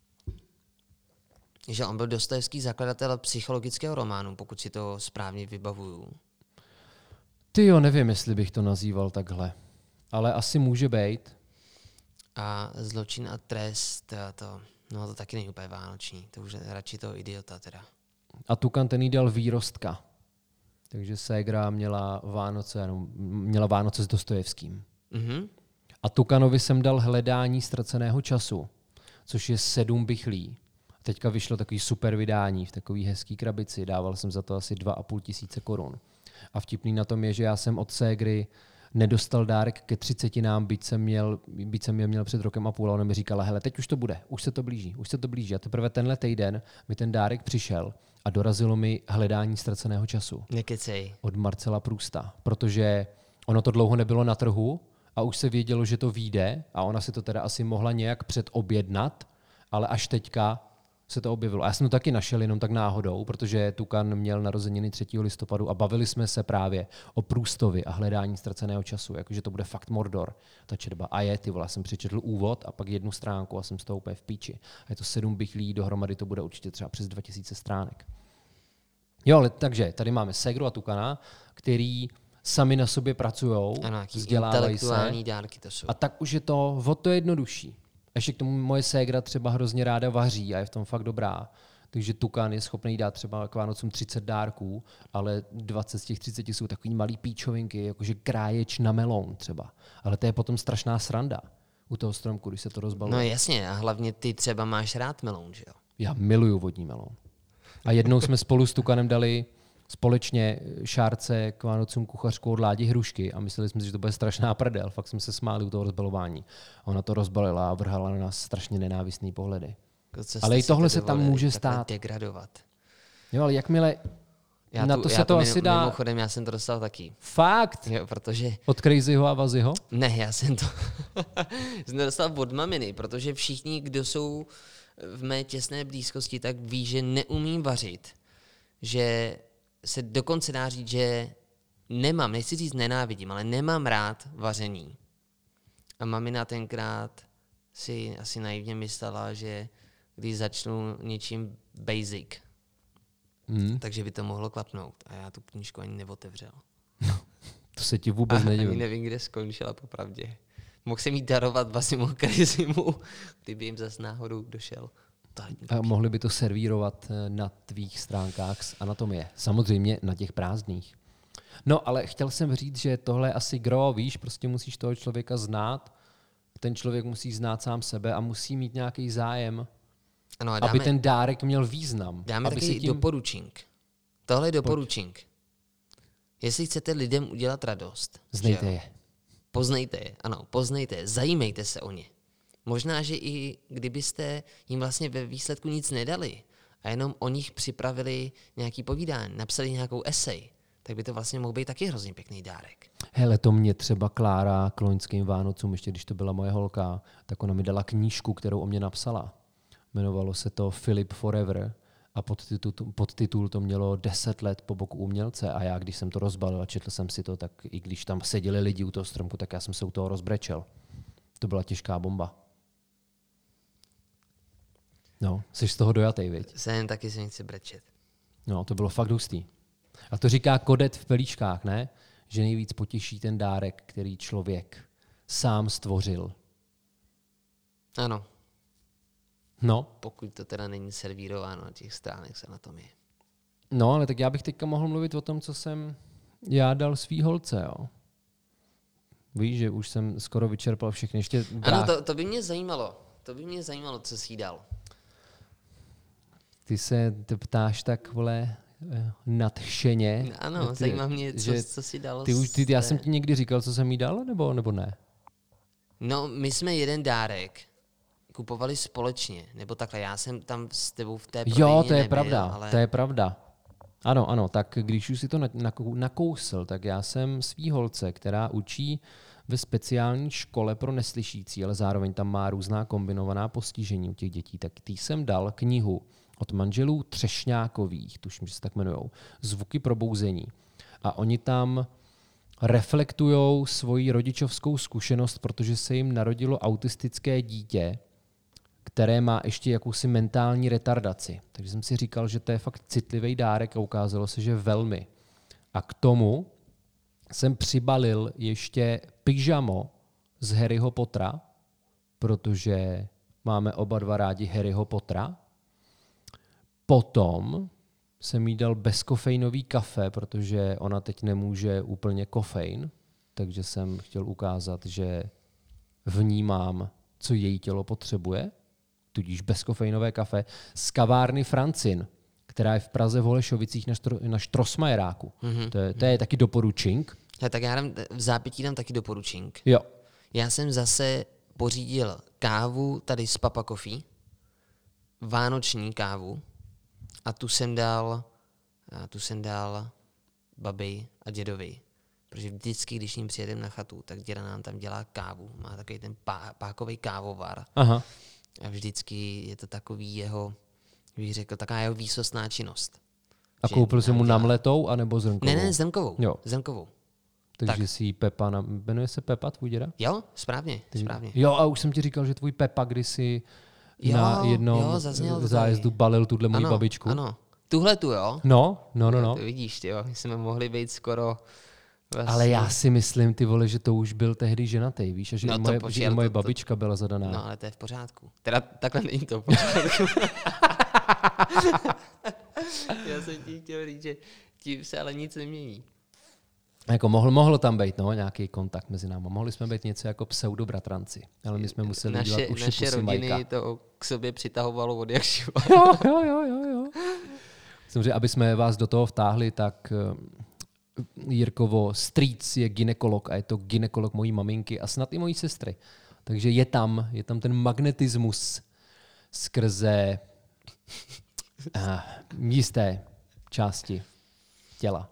S1: Že on byl Dostojevský zakladatel psychologického románu, pokud si to správně vybavuju.
S2: Ty jo, nevím, jestli bych to nazýval takhle. Ale asi může být.
S1: A Zločin a trest, to, to, no to taky není úplně vánoční, to už je radši toho Idiota teda.
S2: A Tukan ten jí dal výrostka. Takže ségra měla Vánoce, no, měla Vánoce s Dostojevským.
S1: Mm-hmm.
S2: A Tukanovi jsem dal Hledání ztraceného času, což je sedm bychlí. Teďka vyšlo takový super vydání v takový hezký krabici. Dával jsem za to asi dva a půl tisíce korun. A vtipný na tom je, že já jsem od ségry nedostal dárek ke třicetinám, byť jsem, měl, byť jsem je měl před rokem a půl a ona mi říkala, hele, teď už to bude, už se to blíží, už se to blíží. A teprve tenhle týden mi ten dárek přišel a dorazilo mi Hledání ztraceného času.
S1: Nekecej.
S2: Od Marcela Prousta, protože ono to dlouho nebylo na trhu a už se vědělo, že to vyjde a ona si to teda asi mohla nějak předobjednat, ale až teďka se to objevilo. A já jsem to taky našel jenom tak náhodou, protože Tukan měl narozeniny třetího listopadu a bavili jsme se právě o Proustovi a Hledání ztraceného času, jakože to bude fakt Mordor, ta četba. A je, ty vole, jsem přečetl úvod a pak jednu stránku a jsem z toho úplně v píči. A je to sedm bychlí, dohromady to bude určitě třeba přes dva tisíce stránek. Jo, ale takže tady máme Ségru a Tukana, který sami na sobě pracujou, vzdělávají se.
S1: Dárky to jsou.
S2: A tak už je to o to jednodušší. Ještě k tomu moje ségra třeba hrozně ráda vaří a je v tom fakt dobrá. Takže Tukan je schopný dát třeba k Vánocům třicet dárků, ale dvacet z těch třiceti jsou takový malý píčovinky, jakože kráječ na melón třeba. Ale to je potom strašná sranda u toho stromku, když se to rozbaluje.
S1: No jasně, a hlavně ty třeba máš rád melón, že jo?
S2: Já miluju vodní melón. A jednou jsme spolu s Tukanem dali společně Šárce k Vánocům kuchařku od Ládi Hrušky a mysleli jsme si, že to bude strašná prdel. Fakt jsme se smáli u toho rozbalování. A ona to rozbalila a vrhala na nás strašně nenávistný pohledy. Ale i tohle se tam může stát.
S1: Degradovat.
S2: Jo, ale jakmile
S1: já
S2: na
S1: tu,
S2: to
S1: já
S2: se to,
S1: to
S2: asi dá...
S1: Mimochodem, já jsem to dostal taky.
S2: Fakt?
S1: Jo, protože...
S2: Od Crazyho a Vazyho?
S1: Ne, já jsem to jsem to dostal od maminy, protože všichni, kdo jsou v mé těsné blízkosti, tak ví, že neumím vařit. Že se dokonce dá říct, že nemám, nechci říct nenávidím, ale nemám rád vaření. A mamina tenkrát si asi naivně myslela, že když začnu něčím basic, hmm. takže by to mohlo klapnout. A já tu knížku ani neotevřel.
S2: To se ti vůbec nedivím.
S1: Ani nevím, kde skončila popravdě. Mohl jsem jí darovat Vasimu Crazymu, kdyby jim zase náhodou došel.
S2: A mohli by to servírovat na tvých stránkách z anatomie. Samozřejmě na těch prázdných. No, ale chtěl jsem říct, že tohle je asi gro, víš, prostě musíš toho člověka znát, ten člověk musí znát sám sebe a musí mít nějaký zájem, ano, dáme, aby ten dárek měl význam.
S1: Dáme
S2: aby
S1: taky tím... doporučink. Tohle je doporučink. Pojď. Jestli chcete lidem udělat radost,
S2: znejte je.
S1: Poznejte je, ano, poznejte je, zajímejte se o ně. Možná, že i kdybyste jim vlastně ve výsledku nic nedali a jenom o nich připravili nějaký povídání, napsali nějakou esej, tak by to vlastně mohl být taky hrozně pěkný dárek.
S2: Hele, to mě třeba Klára k loňským Vánocům, ještě když to byla moje holka, tak ona mi dala knížku, kterou o mě napsala. Jmenovalo se to Philip Forever a podtitul, podtitul to mělo deset let po boku umělce a já, když jsem to rozbalil a četl jsem si to, tak i když tam seděli lidi u toho stromku, tak já jsem se u toho rozbrečel. To byla těžká bomba. No, jsi z toho dojatej, viď?
S1: Jsem taky se nechci brečet.
S2: No, to bylo fakt hustý. A to říká Kodet v Pelíškách, ne? Že nejvíc potěší ten dárek, který člověk sám stvořil.
S1: Ano.
S2: No.
S1: Pokud to teda není servírováno na těch stránek z anatomie.
S2: No, ale tak já bych teďka mohl mluvit o tom, co jsem já dal svý holce, jo. Víš, že už jsem skoro vyčerpal všechny. Ještě
S1: ano, to, to by mě zajímalo. To by mě zajímalo, co jsi jí dal.
S2: Ty se te ptáš tak, vole, nadšeně.
S1: Ano, ty, zajímá mě, co,
S2: že
S1: co jsi dal.
S2: Ty už, ty, já jsem ti někdy říkal, co jsem jí dal, nebo, nebo ne?
S1: No, my jsme jeden dárek kupovali společně, nebo takhle, já jsem tam s tebou v té prodejně
S2: Jo, to je
S1: nebyl,
S2: pravda,
S1: ale...
S2: to je pravda. Ano, ano, tak když už si to nakousl, tak já jsem svý holce, která učí ve speciální škole pro neslyšící, ale zároveň tam má různá kombinovaná postižení u těch dětí, tak tý jsem dal knihu od manželů Třešňákových, tuším, že se tak jmenujou, Zvuky probouzení. A oni tam reflektujou svoji rodičovskou zkušenost, protože se jim narodilo autistické dítě, které má ještě jakousi mentální retardaci. Takže jsem si říkal, že to je fakt citlivý dárek a ukázalo se, že velmi. A k tomu jsem přibalil ještě pyžamo z Harryho Pottera, protože máme oba dva rádi Harryho Pottera. Potom jsem jí dal bezkofeinový kafe, protože ona teď nemůže úplně kofein, takže jsem chtěl ukázat, že vnímám, co její tělo potřebuje, tudíž bezkofeinové kafe z kavárny Francin, která je v Praze v Holešovicích na, štro, na Štrosmajeráku. Mm-hmm. To, je, to je taky doporučink.
S1: Ja, tak já dám, v zápětí dám taky doporučink.
S2: Jo.
S1: Já jsem zase pořídil kávu tady z Papa Coffee, vánoční kávu, a tu jsem dal, a tu jsem dal babi a dědovi. Protože vždycky, když jim přijedeme na chatu, tak děda nám tam dělá kávu. Má takový ten pá, pákový kávovar.
S2: Aha.
S1: A vždycky je to takový jeho, bych řekl, taková jeho výsostná činnost.
S2: A koupil jsi mu namletou, anebo zrnkovou?
S1: Ne, ne, zrnkovou.
S2: Jo.
S1: Zrnkovou.
S2: Takže
S1: tak.
S2: si Pepa, na... jmenuje se Pepa, tvůj děda?
S1: Jo, správně,
S2: Ty...
S1: správně.
S2: Jo, a už jsem ti říkal, že tvůj Pepa kdysi
S1: jo,
S2: na jednom
S1: jo,
S2: zájezdu balil tuhle moji babičku.
S1: Ano, tuhle tu, jo?
S2: No, no, no. no.
S1: To vidíš, ty jo, my jsme mohli být skoro... Vlastně...
S2: Ale já si myslím, ty vole, že to už byl tehdy ženatý, víš, a že, no, moje,
S1: počkej,
S2: že moje
S1: to,
S2: babička byla zadaná.
S1: No, ale to je v pořádku. Teda takhle není to v pořádku. Já jsem ti chtěl říct, že tím se ale nic nemění.
S2: Jako mohl, mohlo tam být, no, nějaký kontakt mezi námi. Mohli jsme být něco jako pseudobratranci, ale my jsme museli
S1: naše,
S2: dělat uši
S1: naše
S2: pusy
S1: rodiny
S2: Majka.
S1: to k sobě přitahovalo od jak živa.
S2: Jo, jo, jo, jo, jo. Samozřejmě, aby jsme vás do toho vtáhli, tak Jirkovo strýc je gynekolog a je to gynekolog mojí maminky a snad i mojí sestry. Takže je tam, je tam ten magnetismus skrze uh, jisté části těla.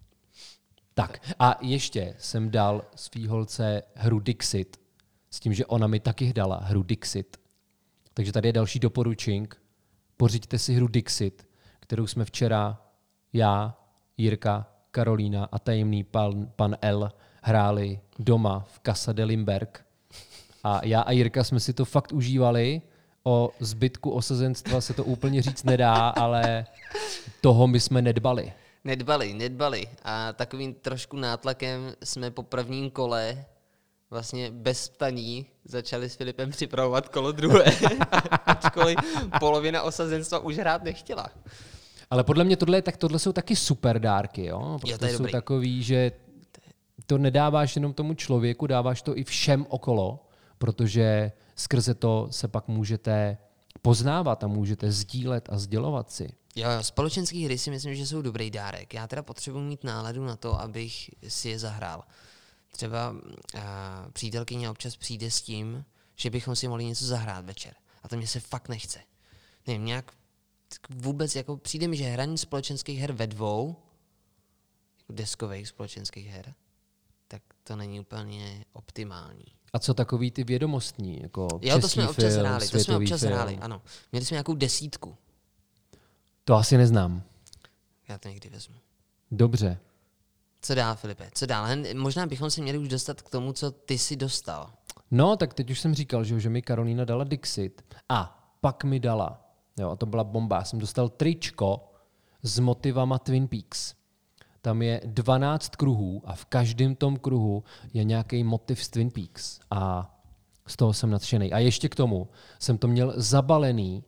S2: Tak a ještě jsem dal svý holce hru Dixit s tím, že ona mi taky dala hru Dixit. Takže tady je další doporučink. Pořiďte si hru Dixit, kterou jsme včera já, Jirka, Karolína a tajemný pan, pan L hráli doma v Casa de Limberg. A já a Jirka jsme si to fakt užívali. O zbytku osazenstva se to úplně říct nedá, ale toho my jsme nedbali.
S1: Nedbali, nedbali. A takovým trošku nátlakem jsme po prvním kole vlastně bez ptaní začali s Filipem připravovat kolo druhé. Ačkoliv polovina osazenstva už hrát nechtěla.
S2: Ale podle mě tohle, tak tohle jsou taky super dárky, jo?
S1: Jo,
S2: to
S1: jsou
S2: dobrý.
S1: Takový,
S2: že to nedáváš jenom tomu člověku, dáváš to i všem okolo, protože skrze to se pak můžete poznávat a můžete sdílet a sdělovat si.
S1: Jo, jo, společenské hry si myslím, že jsou dobrý dárek. Já teda potřebuji mít náladu na to, abych si je zahrál. Třeba a, přítelkyně občas přijde s tím, že bychom si mohli něco zahrát večer. A to mě se fakt nechce. Nevím, nějak vůbec jako přijde mi, že hraní společenských her ve dvou, jako deskových společenských her, tak to není úplně optimální.
S2: A co takový ty vědomostní? Jako
S1: jo, to jsme občas
S2: film,
S1: hráli, to jsme občas
S2: film.
S1: hráli, ano. Měli jsme nějakou desítku.
S2: To asi neznám.
S1: Já to někdy vezmu.
S2: Dobře.
S1: Co dál, Filipe? Co dál? Hen, možná bychom se měli už dostat k tomu, co ty si dostal.
S2: No, tak teď už jsem říkal, že, že mi Karolína dala Dixit a pak mi dala, jo, a to byla bomba, já jsem dostal tričko s motivama Twin Peaks. Tam je dvanáct kruhů a v každém tom kruhu je nějaký motiv z Twin Peaks a z toho jsem nadšený. A ještě k tomu jsem to měl zabalený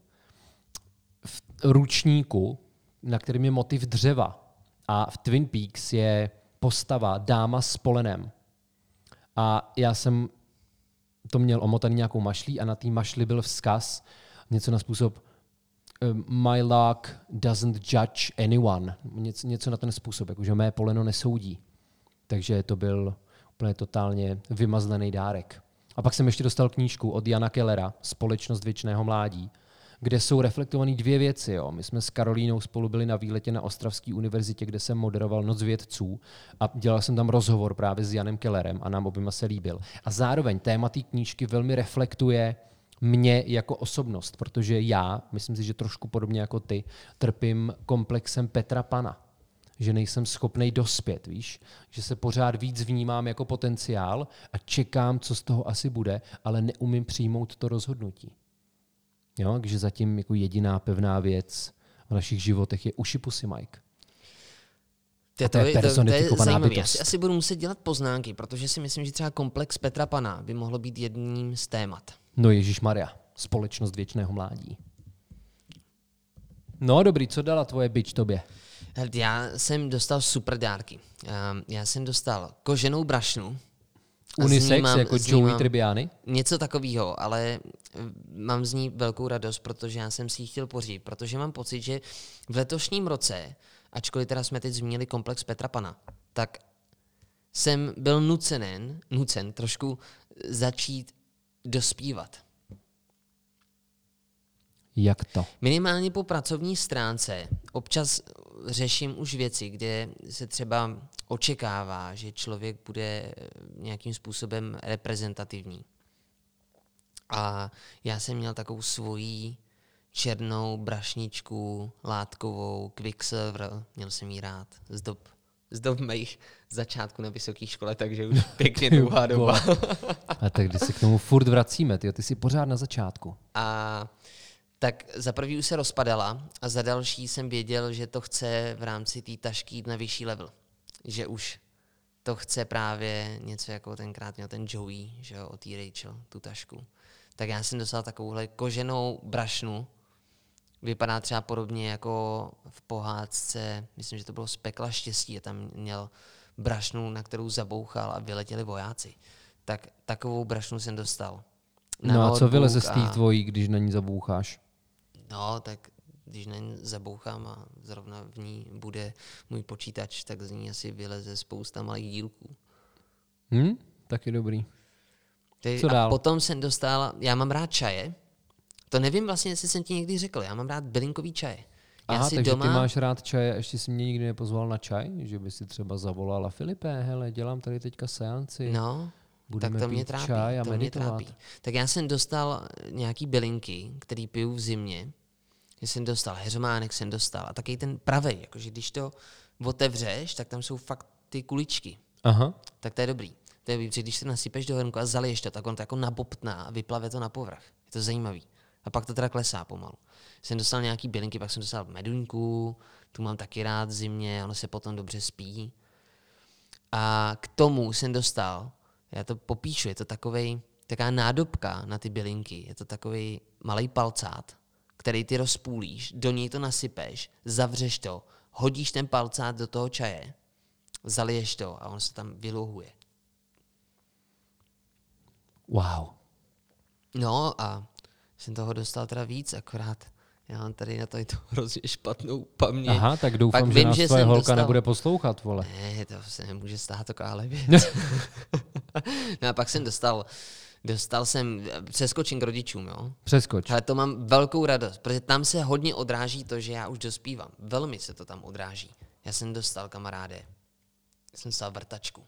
S2: v ručníku, na kterém je motiv dřeva. A v Twin Peaks je postava dáma s polenem. A já jsem to měl omotaný nějakou mašlí a na té mašli byl vzkaz, něco na způsob My luck doesn't judge anyone. Něco, něco na ten způsob, jakože mé poleno nesoudí. Takže to byl úplně totálně vymazlený dárek. A pak jsem ještě dostal knížku od Jana Kellera, Společnost věčného mládí, kde jsou reflektované dvě věci. Jo. My jsme s Karolínou spolu byli na výletě na Ostravské univerzitě, kde jsem moderoval Noc vědců a dělal jsem tam rozhovor právě s Janem Kellerem a nám oběma se líbil. A zároveň téma té knížky velmi reflektuje mě jako osobnost, protože já, myslím si, že trošku podobně jako ty, trpím komplexem Petra Pana. Že nejsem schopnej dospět, víš? Že se pořád víc vnímám jako potenciál a čekám, co z toho asi bude, ale neumím přijmout to rozhodnutí. Jo, takže zatím jako jediná pevná věc v našich životech je uši pusy Mike.
S1: To, to, je, to, to je zajímavé. Já si asi budu muset dělat poznámky, protože si myslím, že třeba komplex Petra Pana by mohlo být jedním z témat.
S2: No ježišmarja, Společnost věčného mládí. No dobrý, co dala tvoje bič tobě?
S1: Já jsem dostal super dárky. Já jsem dostal koženou brašnu.
S2: Unisex, jako Joey Tribbiani?
S1: Něco takového, ale mám z ní velkou radost, protože já jsem si ji chtěl pořídit, protože mám pocit, že v letošním roce, ačkoliv teda jsme teď zmínili komplex Petra Pana, tak jsem byl nucen, nucen trošku začít dospívat.
S2: Jak to?
S1: Minimálně po pracovní stránce občas řeším už věci, kde se třeba očekává, že člověk bude nějakým způsobem reprezentativní. A já jsem měl takovou svoji černou brašničku látkovou, Quicksilver, měl jsem ji rád z dob, z dob mých začátků na vysoké škole, takže už pěkně dlouhá doba.
S2: A tak když se k tomu furt vracíme, tyjo, ty jsi pořád na začátku.
S1: A tak za prvý už se rozpadala a za další jsem věděl, že to chce v rámci té tašky jít na vyšší level. Že už to chce právě něco jako tenkrát měl ten Joey, že jo, od té Rachel, tu tašku. Tak já jsem dostal takovouhle koženou brašnu. Vypadá třeba podobně jako v pohádce, myslím, že to bylo z Pekla štěstí, a tam měl brašnu, na kterou zabouchal a vyletěli vojáci. Tak takovou brašnu jsem dostal.
S2: No a co vyleze z té tvojí, když na ní zaboucháš?
S1: No, tak když na ní zabouchám a zrovna v ní bude můj počítač, tak z ní asi vyleze spousta malých dílků.
S2: Hm, taky dobrý.
S1: Teď,
S2: Co dál?
S1: A potom jsem dostal, já mám rád čaje, to nevím vlastně, jestli jsem ti někdy řekl, já mám rád bylinkový čaje. Já
S2: Aha,
S1: si
S2: takže
S1: doma...
S2: ty máš rád čaje, ještě jsi mě nikdy nepozval na čaj, že by si třeba zavolala Filipe, hele, dělám tady teďka seanci.
S1: No,
S2: budeme
S1: tak to
S2: pít
S1: mě trápí,
S2: čaj a
S1: to mě
S2: meditovat.
S1: trápí. Tak já jsem dostal nějaký bylinky, který piju v zimě. Já jsem dostal heřmánek, jsem dostal a taky ten pravej, jakože když to otevřeš, tak tam jsou fakt ty kuličky.
S2: Aha.
S1: Tak to je dobrý. To je dobrý, protože když se nasypeš do hrnku a zaliješ to, tak on to jako nabobtná a vyplave to na povrch. Je to zajímavý. A pak to teda klesá pomalu. Jsem dostal nějaký bylinky, pak jsem dostal meduňku, tu mám taky rád v zimě, ono se potom dobře spí. A k tomu jsem dostal, já to popíšu, je to takovej, taková nádobka na ty bylinky, je to takový malý palcát, který ty rozpůlíš, do něj to nasypeš, zavřeš to, hodíš ten palcát do toho čaje, zaliješ to a on se tam vyluhuje.
S2: Wow.
S1: No a jsem toho dostal teda víc, akorát já mám tady na to i to hrozně špatnou paměť.
S2: Aha, tak doufám,
S1: Pak
S2: že
S1: vím,
S2: nás
S1: že
S2: tvoje
S1: jsem
S2: holka
S1: dostal...
S2: nebude poslouchat, vole.
S1: Ne, to se nemůže stát takováhle věc. No a pak jsem dostal, dostal jsem, přeskočím k rodičům, jo.
S2: Přeskoč.
S1: Ale to mám velkou radost, protože tam se hodně odráží to, že já už dospívám. Velmi se to tam odráží. Já jsem dostal, kamaráde, já jsem dostal vrtačku.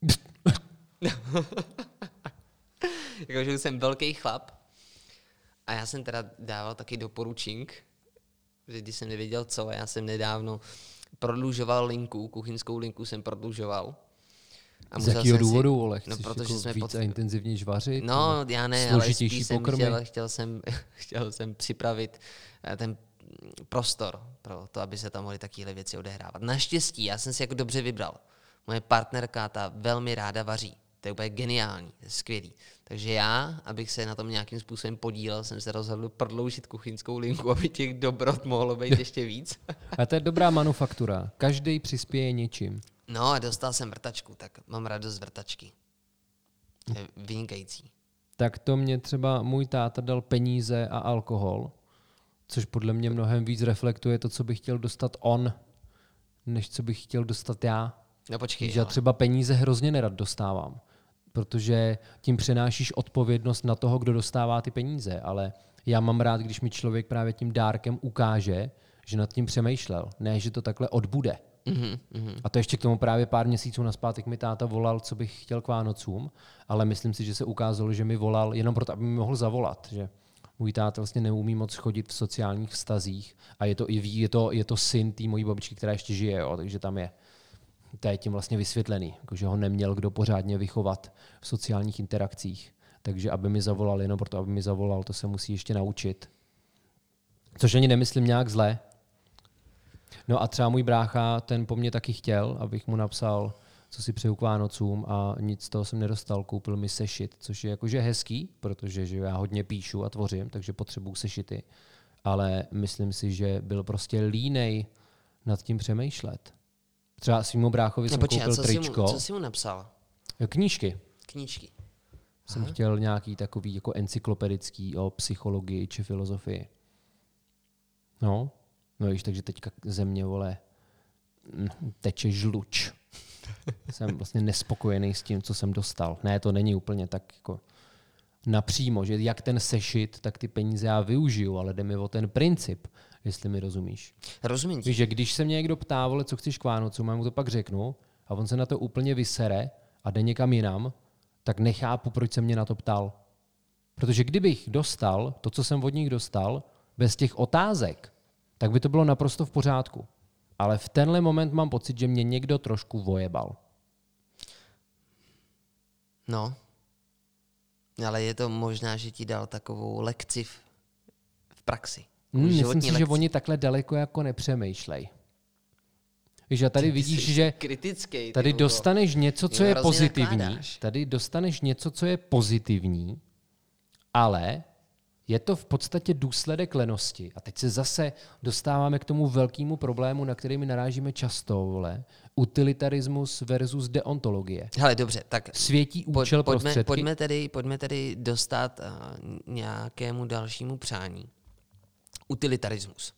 S1: Jakože jsem velký chlap a já jsem teda dával taky doporučink, že když jsem nevěděl co, já jsem nedávno prodlužoval linku, kuchyňskou linku jsem prodlužoval.
S2: A z jakého důvodu, vole? Chceš
S1: no, protože
S2: jako
S1: jsme
S2: víc
S1: pod...
S2: a intenzivněji vařit?
S1: No, já ne, ale spíš jsem
S2: pokrmy?
S1: chtěl, chtěl, jsem, chtěl jsem připravit ten prostor pro to, aby se tam mohly takovéhle věci odehrávat. Naštěstí, já jsem si jako dobře vybral. Moje partnerka ta velmi ráda vaří. To je úplně geniální, to je skvělý. Takže já, abych se na tom nějakým způsobem podílel, jsem se rozhodl prodloužit kuchyňskou linku, aby těch dobrot mohlo být ještě víc.
S2: A to je dobrá manufaktura. Každý přispěje něčím.
S1: No a dostal jsem vrtačku, tak mám radost z vrtačky. To je vynikající.
S2: Tak to mě třeba můj táta dal peníze a alkohol, což podle mě mnohem víc reflektuje to, co bych chtěl dostat on, než co bych chtěl dostat já.
S1: No počkej.
S2: Že já třeba peníze hrozně nerad dostávám, protože tím přenášíš odpovědnost na toho, kdo dostává ty peníze, ale já mám rád, když mi člověk právě tím dárkem ukáže, že nad tím přemýšlel, ne, že to takhle odbude.
S1: Mm-hmm, mm-hmm.
S2: A to ještě k tomu právě pár měsíců nazpátek mi táta volal, co bych chtěl k Vánocům, ale myslím si, že se ukázalo, že mi volal jenom proto, aby mi mohl zavolat, že můj táta vlastně neumí moc chodit v sociálních vztazích a je to i ví, je to, je to syn té mojí babičky, která ještě žije, jo, takže tam je. To je tím vlastně vysvětlený, jako že ho neměl kdo pořádně vychovat v sociálních interakcích. Takže aby mi zavolal, jenom proto, aby mi zavolal, to se musí ještě naučit. Což ani nemyslím nějak zle. No a třeba můj brácha, ten po mně taky chtěl, abych mu napsal, co si přeju k Vánocům a nic z toho jsem nedostal. Koupil mi sešit, což je jakože hezký, protože že já hodně píšu a tvořím, takže potřebuju sešity. ale myslím si, že byl prostě línej nad tím přemýšlet. Třeba svýmu bráchovi jsem
S1: Počkej,
S2: koupil
S1: co
S2: tričko.
S1: Jsi mu, co jsi mu napsal?
S2: Knížky.
S1: Knížky.
S2: Jsem Aha. chtěl nějaký takový jako encyklopedický o psychologii či filozofii. No, no víš, takže teďka ze mě, vole, teče žluč. Jsem vlastně nespokojený s tím, co jsem dostal. Ne, to není úplně tak jako napřímo, že jak ten sešit, tak ty peníze já využiju, ale jde mi o ten princip, jestli mi rozumíš.
S1: Rozumím.
S2: Víš, že když se mě někdo ptá, vole, co chceš k Vánocům, já mu to pak řeknu a on se na to úplně vysere a jde někam jinam, tak nechápu, proč se mě na to ptal. Protože kdybych dostal to, co jsem od nich dostal, bez těch otázek, tak by to bylo naprosto v pořádku. Ale v tenhle moment mám pocit, že mě někdo trošku vojebal.
S1: No, ale je to možná, že ti dal takovou lekci v, v praxi.
S2: Hmm, myslím si, lekci. Že oni takhle daleko jako nepřemýšlej. Víš, a tady ty vidíš, že
S1: kritický,
S2: tady dostaneš něco, co je pozitivní. Nakládáš. Tady dostaneš něco, co je pozitivní, ale je to v podstatě důsledek lenosti. A teď se zase dostáváme k tomu velkému problému, na který my narážíme často, vole. Utilitarismus versus deontologie.
S1: Hele, dobře, tak
S2: světí účel
S1: pojďme,
S2: prostředky.
S1: Pojďme tedy, pojďme tedy dostat uh, nějakému dalšímu přání. Utilitarismus.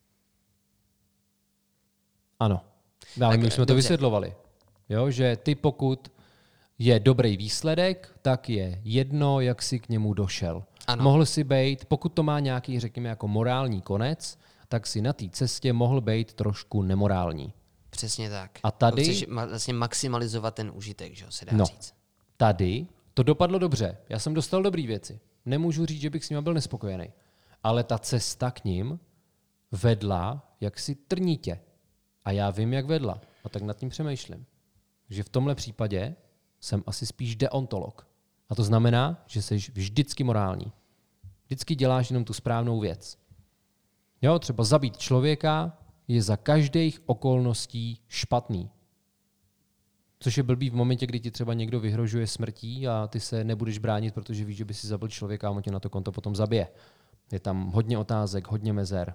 S2: Ano. Ale my už jsme dobře. to vysvětlovali. Jo, že ty pokud je dobrý výsledek, tak je jedno, jak si k němu došel. Ano. Mohl si být, pokud to má nějaký, řekněme, jako morální konec, tak si na té cestě mohl být trošku nemorální.
S1: Přesně tak.
S2: A tady...
S1: Chceš vlastně maximalizovat ten užitek, že se dá
S2: no,
S1: říct.
S2: Tady to dopadlo dobře. Já jsem dostal dobrý věci. Nemůžu říct, že bych s nimi byl nespokojený. Ale ta cesta k ním vedla jaksi trnitě. A já vím, jak vedla. A tak nad tím přemýšlím. Že v tomhle případě jsem asi spíš deontolog. A to znamená, že jsi vždycky morální. Vždycky děláš jenom tu správnou věc. Jo, třeba zabít člověka je za každých okolností špatný. Což je blbý v momentě, kdy ti třeba někdo vyhrožuje smrtí a ty se nebudeš bránit, protože víš, že by si zabil člověka a on tě na to konto potom zabije. Je tam hodně otázek, hodně mezer.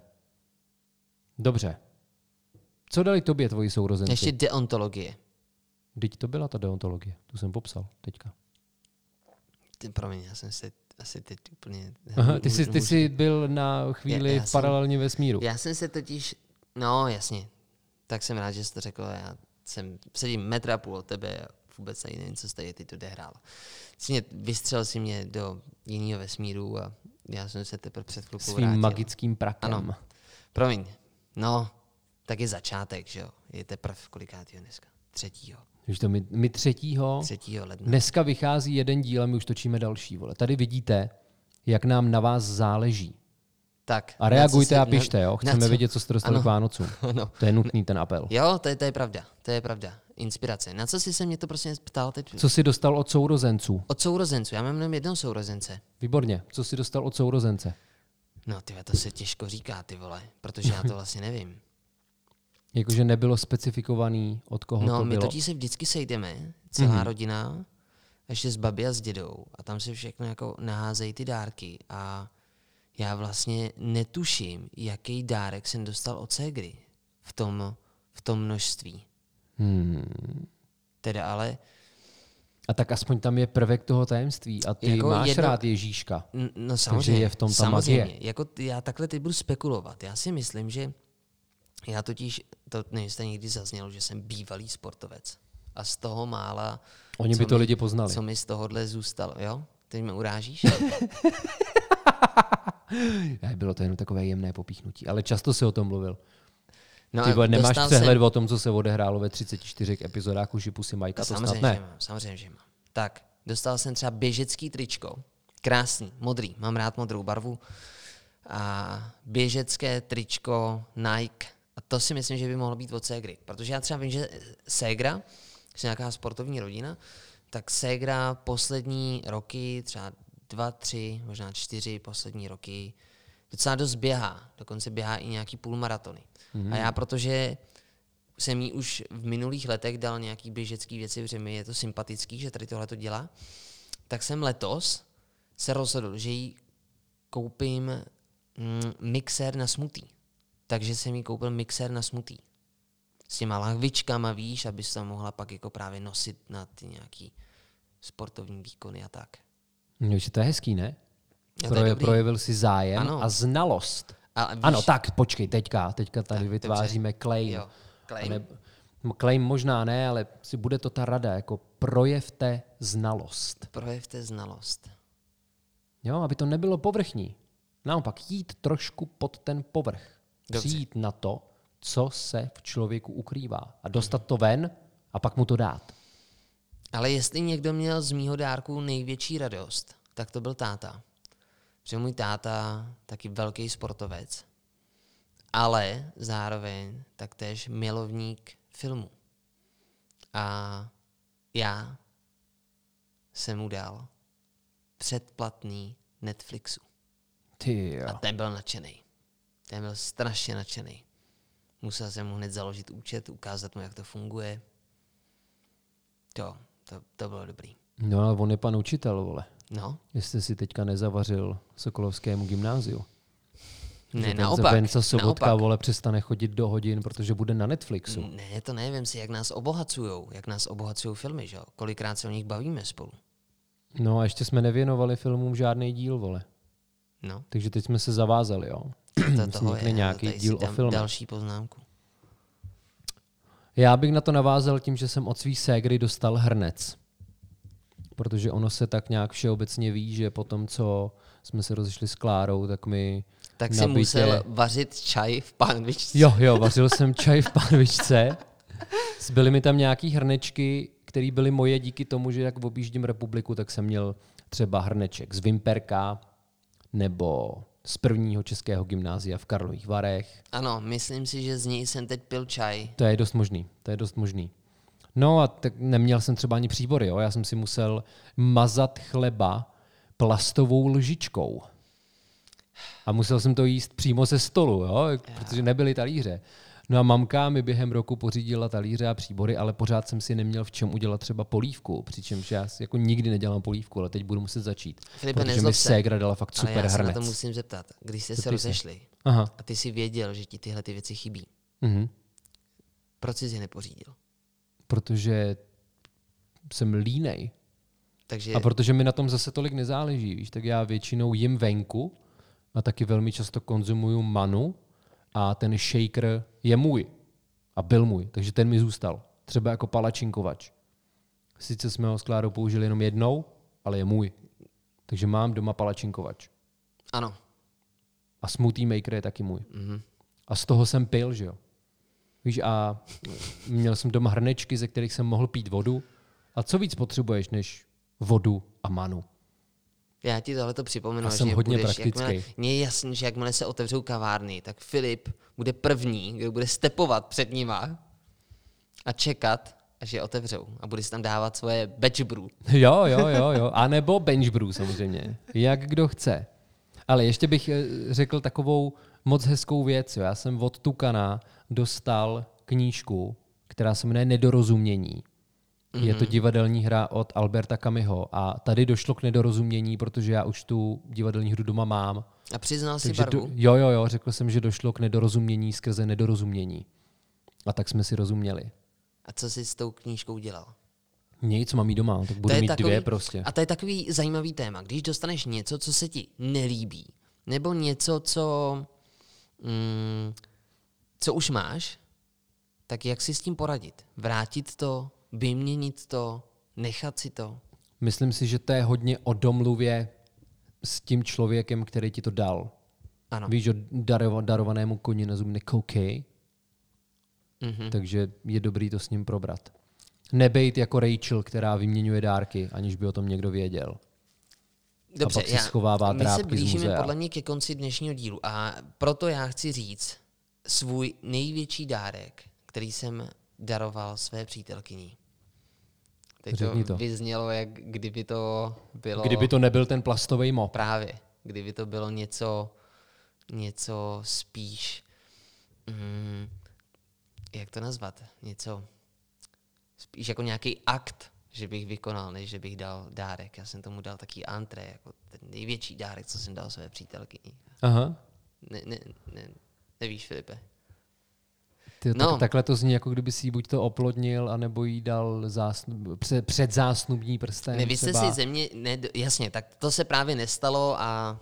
S2: Dobře. Co dali tobě tvoji sourozenci?
S1: Ještě deontologie.
S2: Vždyť to byla ta deontologie. Tu jsem popsal teďka.
S1: Ty, promiň, já jsem se asi teď úplně...
S2: Aha, ty, jsi, ty jsi byl na chvíli já, já paralelně
S1: jsem,
S2: vesmíru.
S1: Já jsem se totiž... No, jasně. Tak jsem rád, že jsi to řekl. Já jsem sedím metr a půl od tebe a vůbec nevím, co jste ty to odehrál. Vystřelil si mě do jiného vesmíru a já jsem se teprve před chvilkou
S2: svým
S1: vrátil.
S2: magickým prakem.
S1: Ano. Promiň. No, tak je začátek, že jo. Je teprve kolikátýho dneska? Třetího.
S2: Víš to, my, my třetího,
S1: třetího ledna.
S2: Dneska vychází jeden díl a my už točíme další. Vole. Tady vidíte, jak nám na vás záleží.
S1: Tak,
S2: a reagujte
S1: si,
S2: a pište, jo? Chceme vědět, co jste dostali ano. k Vánocům. Ano. To je nutný ten apel.
S1: Jo, to je, to je pravda. To je pravda. Inspirace. Na co jsi se mě to prostě ptal teď?
S2: Co jsi dostal od sourozenců?
S1: Od sourozenců. Já mám jenom jednou sourozence.
S2: Výborně. Co jsi dostal od sourozence?
S1: No, tyhle, to se těžko říká, ty vole, protože já to vlastně nevím.
S2: Jakože nebylo specifikovaný, od koho
S1: no,
S2: to bylo.
S1: No, my totiž se vždycky sejdeme, celá mm-hmm. rodina, ještě s babi a s dědou a tam se všechno jako naházejí ty dárky a já vlastně netuším, jaký dárek jsem dostal od ségry v tom, v tom množství.
S2: Hmm.
S1: Teda ale...
S2: A tak aspoň tam je prvek toho tajemství a ty jako máš jedno... rád Ježíška.
S1: No samozřejmě,
S2: je v tom ta
S1: samozřejmě.
S2: magie.
S1: Jako já takhle teď budu spekulovat. Já si myslím, že já totiž, to nevím, jestli někdy zaznělo, že jsem bývalý sportovec. A z toho mála...
S2: Oni by to
S1: mi,
S2: lidi poznali.
S1: Co mi z tohohle zůstalo, jo? Teď mě urážíš?
S2: Bylo to jenom takové jemné popíchnutí, ale často si o tom mluvil.
S1: No
S2: Ty nemáš přehled
S1: jsem...
S2: o tom, co se odehrálo ve třiceti čtyřech epizodách už Pusy Majka, to
S1: samozřejmě,
S2: snad ne.
S1: Že mám, samozřejmě, že mám. Tak, dostal jsem třeba běžecký tričko. Krásný, modrý. Mám rád modrou barvu. A běžecké tričko Nike. A to si myslím, že by mohlo být od ségry. Protože já třeba vím, že ségra, je nějaká sportovní rodina, tak ségra poslední roky, třeba dva, tři, možná čtyři poslední roky, docela dost běhá. Dokonce běhá i nějaký půlmaratony. Mm. A já, protože jsem jí už v minulých letech dal nějaký běžecký věci, protože mi je to sympatický, že tady tohle to dělá, tak jsem letos se rozhodl, že jí koupím mm, mixér na smutí. Takže jsem jí koupil mixér na smutí. S těma lahvičkama, víš, abys tam mohla pak jako právě nosit na ty nějaký sportovní výkony a tak.
S2: No, že to je hezký, ne?
S1: Jo,
S2: Proje, projevil si zájem
S1: ano.
S2: a znalost.
S1: A víš,
S2: ano, tak počkej, teďka, teďka tady
S1: tak,
S2: vytváříme claim.
S1: Jo, claim.
S2: Ne, claim možná ne, ale si bude to ta rada, jako projevte znalost.
S1: Projevte znalost.
S2: Jo, aby to nebylo povrchní. Naopak jít trošku pod ten povrch.
S1: Dobře.
S2: Přijít na to, co se v člověku ukrývá. A dostat to ven a pak mu to dát.
S1: Ale jestli někdo měl z mýho dárku největší radost, tak to byl táta. Protože můj táta taky velký sportovec, ale zároveň taktéž milovník filmu. A já jsem mu dal předplatný Netflixu.
S2: Ty jo.
S1: A ten byl nadšený. Ten byl strašně nadšený. Musel jsem mu hned založit účet, ukázat mu, jak to funguje. Jo, to, to bylo dobrý.
S2: No ale on je pan učitel, vole.
S1: No.
S2: Jestli si teďka nezavařil Sokolovskému gymnáziu.
S1: Ne,
S2: že
S1: naopak.
S2: Venca Sobotka,
S1: naopak.
S2: vole, přestane chodit do hodin, protože bude na Netflixu.
S1: Ne, to nevím si, jak nás obohacujou, jak nás obohacují filmy, že jo? Kolikrát se o nich bavíme spolu.
S2: No a ještě jsme nevěnovali filmům žádný díl, vole.
S1: No.
S2: Takže teď jsme se zavázali, jo.
S1: To toho je,
S2: nějaký
S1: tady
S2: díl
S1: si
S2: o
S1: dám
S2: filmu.
S1: další poznámku.
S2: Já bych na to navázal tím, že jsem od svý ségry dostal hrnec. Protože ono se tak nějak všeobecně ví, že po tom, co jsme se rozešli s Klárou, tak mi
S1: Tak si
S2: nabitě...
S1: musel vařit čaj v pánvičce.
S2: Jo, jo, vařil jsem čaj v pánvičce. Byly mi tam nějaký hrnečky, které byly moje díky tomu, že jak objíždím republiku, tak jsem měl třeba hrneček z Vimperka nebo z prvního českého gymnázia v Karlových Varech.
S1: Ano, myslím si, že z něj jsem teď pil čaj.
S2: To je dost možný, to je dost možný. No a tak neměl jsem třeba ani příbory, jo? Já jsem si musel mazat chleba plastovou lžičkou. A musel jsem to jíst přímo ze stolu, jo? Protože nebyly talíře. No a mamka mi během roku pořídila talíře a příbory, ale pořád jsem si neměl v čem udělat třeba polívku, přičemž já si jako nikdy nedělám polívku, ale teď budu muset začít.
S1: Filipe,
S2: protože
S1: nezlob
S2: mi
S1: se,
S2: ségra dala fakt
S1: ale
S2: super
S1: já se
S2: hrnec.
S1: na to musím zeptat. Když jste
S2: Co
S1: se
S2: ty jsi?
S1: rozešli
S2: Aha.
S1: a ty si věděl, že ti tyhle ty věci chybí,
S2: Mhm.
S1: proč jsi je nepořídil?
S2: Protože jsem línej.
S1: Takže
S2: A protože mi na tom zase tolik nezáleží, víš, tak já většinou jim venku a taky velmi často konzumuju manu a ten shaker je můj a byl můj, takže ten mi zůstal. Třeba jako palačinkovač. Sice jsme ho s Klárou použili jenom jednou, ale je můj. Takže mám doma palačinkovač.
S1: ano.
S2: A smoothie maker je taky můj.
S1: Mhm.
S2: A z toho jsem pil, že jo. Víš, a měl jsem doma hrnečky, ze kterých jsem mohl pít vodu. A co víc potřebuješ, než vodu a manu?
S1: Já ti tohle to připomenu,
S2: A jsem
S1: že
S2: hodně
S1: budeš,
S2: praktický.
S1: jakmile, mně je jasný, že jakmile se otevřou kavárny, tak Filip bude první, kdo bude stepovat před nima a čekat, až je otevřou. A bude si tam dávat svoje batch brew.
S2: Jo, jo, jo, jo. A nebo bench brew samozřejmě. Jak kdo chce. Ale ještě bych eh, řekl takovou moc hezkou věc. Jo. Já jsem od Tukana dostal knížku, která se jmenuje Nedorozumění. Mm-hmm. Je to divadelní hra od Alberta Camusho. A tady došlo k nedorozumění, protože já už tu divadelní hru doma mám.
S1: A přiznal si
S2: Takže
S1: barvu?
S2: do, jo, jo, jo. Řekl jsem, že došlo k nedorozumění skrze nedorozumění. A tak jsme si rozuměli.
S1: A co jsi s tou knížkou dělal?
S2: Nic, mám jí doma, tak budu
S1: je
S2: mít
S1: takový,
S2: dvě prostě.
S1: A to je takový zajímavý téma. Když dostaneš něco, co se ti nelíbí, nebo něco, co, mm, co už máš, tak jak si s tím poradit? Vrátit to, vyměnit to, nechat si to?
S2: Myslím si, že to je hodně o domluvě s tím člověkem, který ti to dal.
S1: Ano.
S2: Víš, že darova, darovanému koni na zuby nekoukej,
S1: Mhm.
S2: takže je dobrý to s ním probrat. Nebejt jako Rachel, která vyměňuje dárky, aniž by o tom někdo věděl.
S1: Dobře,
S2: a pak si
S1: já,
S2: schovává
S1: my
S2: drápky
S1: se
S2: z
S1: blížíme
S2: muzea.
S1: podle mě ke konci dnešního dílu a proto já chci říct svůj největší dárek, který jsem daroval své přítelkyni. Teď
S2: Řekni
S1: to
S2: to.
S1: vyznělo, jak kdyby to bylo...
S2: Kdyby to nebyl ten plastový mop.
S1: Právě. Kdyby to bylo něco, něco spíš... Mm, jak to nazvat? Něco... Spíš jako nějaký akt, že bych vykonal, než že bych dal dárek. Já jsem tomu dal taký antré, jako ten největší dárek, co jsem dal své přítelkyni.
S2: Aha.
S1: Ne, ne, ne, nevíš, Filipe.
S2: Ty,
S1: no.
S2: tak, takhle to zní, jako kdyby si ji buď to oplodnil, anebo jí dal zásnub, před, předzásnubní prsten.
S1: Ne, vy jste
S2: třeba.
S1: si země, ne, jasně, tak to se právě nestalo a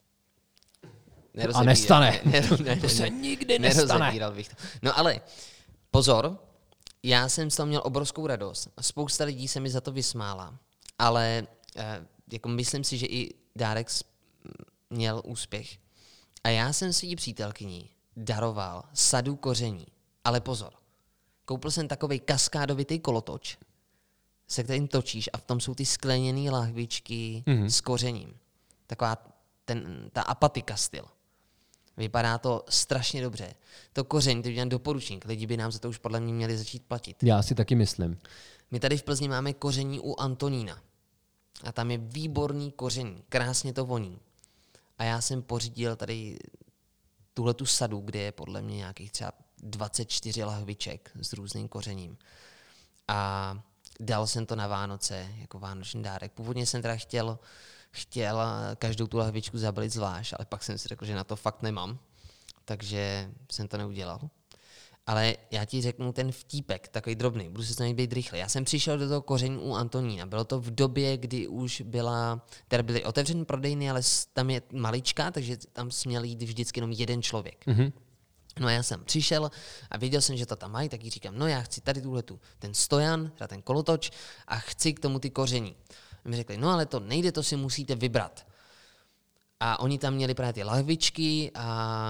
S2: a nestane.
S1: Ne, ne, ne,
S2: to se
S1: ne,
S2: nikdy nestane.
S1: Bych to. No ale pozor, já jsem z toho měl obrovskou radost. Spousta lidí se mi za to vysmála, ale eh, jako myslím si, že i Dárek měl úspěch. A já jsem svý přítelkyni daroval sadu koření. Ale pozor, koupil jsem takovej kaskádovitý kolotoč, se kterým točíš a v tom jsou ty skleněné lahvičky mm-hmm. s kořením. Taková ten, ta apatika styl. Vypadá to strašně dobře. To koření, to udělám doporučník. Lidi by nám za to už podle mě měli začít platit.
S2: Já si taky myslím.
S1: My tady v Plzni máme koření u Antonína. A tam je výborný koření. Krásně to voní. A já jsem pořídil tady tuhletu sadu, kde je podle mě nějakých třeba dvacet čtyři lahviček s různým kořením. A dal jsem to na Vánoce jako vánoční dárek. Původně jsem teda chtěl, chtěl každou tu lahvičku zabalit zvlášť, ale pak jsem si řekl, že na to fakt nemám. Takže jsem to neudělal. Ale já ti řeknu ten vtípek, takový drobný, budu se snažit být rychle. Já jsem přišel do toho koření u Antonína. Bylo to v době, kdy už byla, teda byly otevřené prodejny, ale tam je maličká, takže tam směl jít vždycky jenom jeden člověk. Mm-hmm. No a já jsem přišel a věděl jsem, že to tam mají, tak jí říkám, no já chci tady tuhletu, ten stojan, teda ten kolotoč a chci k tomu ty koření. A mi řekli, no ale to nejde, to si musíte vybrat. A oni tam měli právě ty lahvičky a,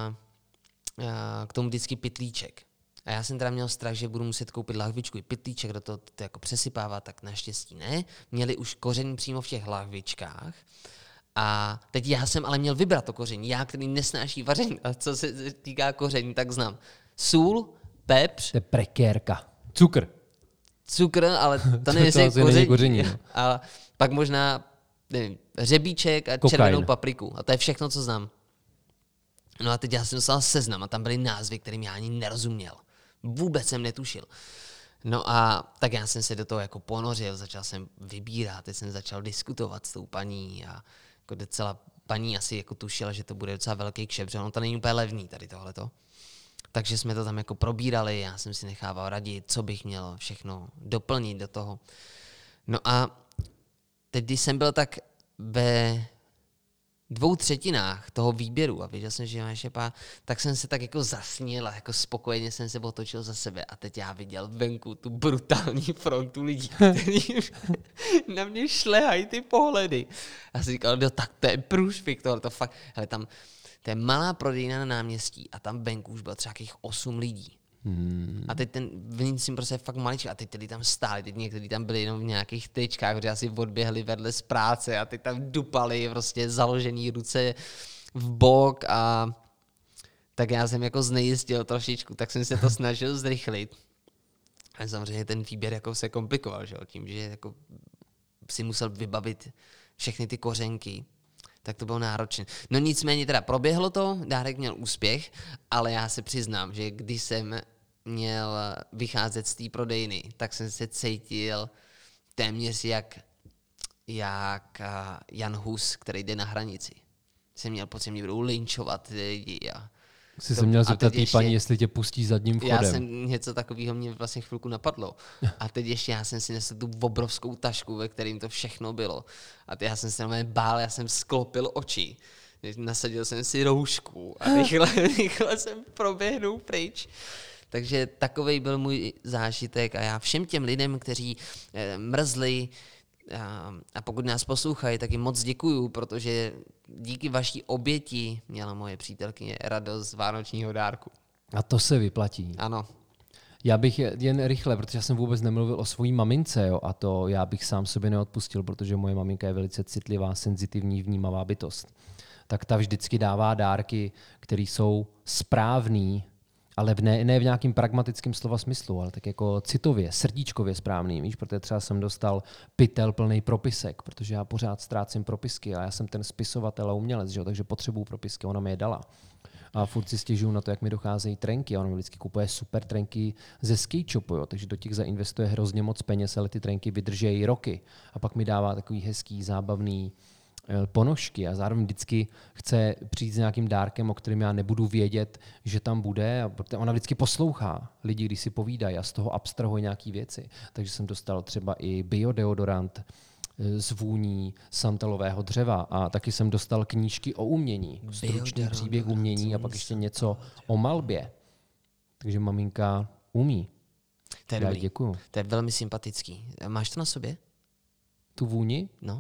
S1: a k tomu vždycky pytlíček. A já jsem teda měl strach, že budu muset koupit lahvičku i pytlíček, do toho to jako přesypávat, tak naštěstí ne. Měli už koření přímo v těch lahvičkách. A teď já jsem ale měl vybrat to koření. Já, který nesnáší vaření, a co se týká koření, tak znám. Sůl, pepř.
S2: To je prekérka. Cukr.
S1: Cukr, ale to nevím,
S2: to, to
S1: koření.
S2: koření no.
S1: A pak možná, nevím, řebíček a
S2: Kokain.
S1: Červenou papriku. A to je všechno, co znám. No a teď já jsem dostal seznam a tam byly názvy, kterým já ani nerozuměl. Vůbec jsem netušil. No a tak já jsem se do toho jako ponořil, začal jsem vybírat, teď jsem začal diskutovat s tou paní a jako docela paní asi jako tušila, že to bude docela velký kšeft, že ono to není úplně levný tady tohleto. Takže jsme to tam jako probírali, já jsem si nechával radit, co bych měl všechno doplnit do toho. No a teď, když jsem byl tak ve dvou třetinách toho výběru a viděl jsem, že máš šepa, tak jsem se tak jako zasnil a jako spokojeně jsem se otočil za sebe a teď já viděl venku tu brutální frontu lidí, kteří na mě šlehají ty pohledy. A jsem říkal, no tak to je průšvih, tohle to fakt, hele tam, to je malá prodejna na náměstí a tam venku už bylo třeba nějakých osm lidí. Hmm. A teď ten vnitř prostě je fakt maličký a teď tedy tam stáli, teď někteří tam byli jenom v nějakých tyčkách, protože asi odběhli vedle z práce a teď tam dupali prostě založený ruce v bok a tak já jsem jako znejistil trošičku, tak jsem se to snažil zrychlit. A samozřejmě ten výběr jako se komplikoval, že? Tím, že jako si musel vybavit všechny ty kořenky. Tak to bylo náročné. No nicméně teda proběhlo to, Dárek měl úspěch, ale já se přiznám, že když jsem měl vycházet z té prodejny, tak jsem se cítil téměř jak, jak Jan Hus, který jde na hranici. Jsem měl pocit, že mě budou lynčovat lidi. A
S2: Jsi to, se měl zeptat té paní, jestli tě pustí zadním vchodem.
S1: Já jsem něco takového mě vlastně chvilku napadlo. A teď ještě já jsem si nesl tu obrovskou tašku, ve kterým to všechno bylo. A teď já jsem se na mě bál, já jsem sklopil oči. Nasadil jsem si roušku a rychle, rychle jsem proběhnul pryč. Takže takovej byl můj zážitek a já všem těm lidem, kteří eh, mrzli a, a pokud nás poslouchají, tak jim moc děkuju, protože díky vaší oběti měla moje přítelkyně radost z vánočního dárku.
S2: A to se vyplatí.
S1: Ano.
S2: Já bych jen rychle, protože já jsem vůbec nemluvil o svojí mamince, jo, a to já bych sám sobě neodpustil, protože moje maminka je velice citlivá, senzitivní, vnímavá bytost. Tak ta vždycky dává dárky, které jsou správný, ale v ne, ne v nějakým pragmatickém slova smyslu, ale tak jako citově, srdíčkově správný, víš, protože třeba jsem dostal pytel plný propisek, protože já pořád ztrácím propisky a já jsem ten spisovatel a umělec, že jo, takže potřebuju propisky, ona mi je dala. A furt si stěžuju na to, jak mi docházejí trenky a ona mi vždycky kupuje super trenky ze skate shopu, jo, takže do těch zainvestuje hrozně moc peněz, ale ty trenky vydržejí roky. A pak mi dává takový hezký, zábavný ponožky a zároveň vždycky chce přijít s nějakým dárkem, o kterém já nebudu vědět, že tam bude. A ona vždycky poslouchá lidi, když si povídají a z toho abstrahuje nějaký věci. Takže jsem dostal třeba i biodeodorant z vůní santalového dřeva a taky jsem dostal knížky o umění, stručný příběh umění a pak ještě něco o malbě. Takže maminka umí.
S1: To je
S2: Já
S1: dobrý.
S2: děkuju.
S1: To je velmi sympatický. Máš to na sobě?
S2: Tu vůni?
S1: No.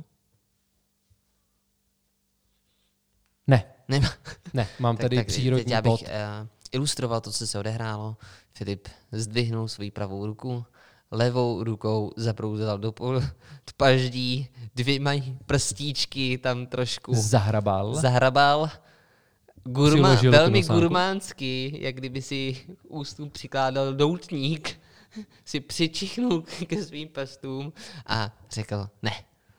S2: Ne.
S1: Nemá.
S2: Ne, mám
S1: tak,
S2: tady
S1: tak,
S2: přírodní
S1: teď já bych
S2: bod.
S1: uh, ilustroval to, co se odehrálo. Filip zdvihnul svou pravou ruku, levou rukou zabrouzal do, pol, do paždí, dvěma prstíčky tam trošku
S2: Zahrabal.
S1: zahrabal. Gurma,
S2: Uložil
S1: velmi
S2: tu nosánku.
S1: gurmánsky, jak kdyby si k ústům přikládal doutník, si přičichnul ke svým prstům a řekl ne.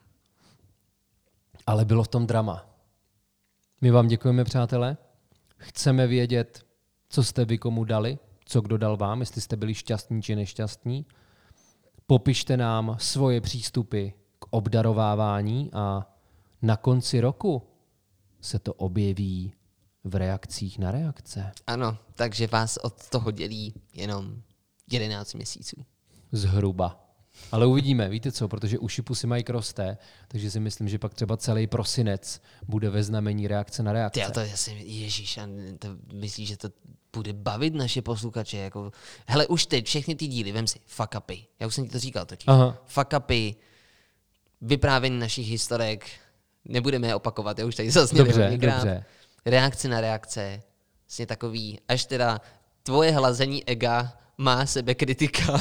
S2: Ale bylo v tom drama. My vám děkujeme, přátelé. Chceme vědět, co jste vy komu dali, co kdo dal vám, jestli jste byli šťastní či nešťastní. Popište nám svoje přístupy k obdarovávání a na konci roku se to objeví v reakcích na reakce.
S1: Ano, takže vás od toho dělí jenom jedenáct měsíců.
S2: Zhruba. Ale uvidíme, víte co, protože uši pusy mají krosté, takže si myslím, že pak třeba celý prosinec bude ve znamení reakce na reakce.
S1: Ty, to je asi, ježíš, a to myslíš, že to bude bavit naše posluchače? Jako, hele, už teď všechny ty díly, vem si, fuck upy. Já už jsem ti to říkal totiž.
S2: Aha.
S1: Fuck upy, vyprávění našich historek, nebudeme je opakovat, já už tady zazněli
S2: Dobře,
S1: hodněkrát.
S2: dobře.
S1: Reakce na reakce, vlastně takový, až teda tvoje hlazení ega má sebekritika.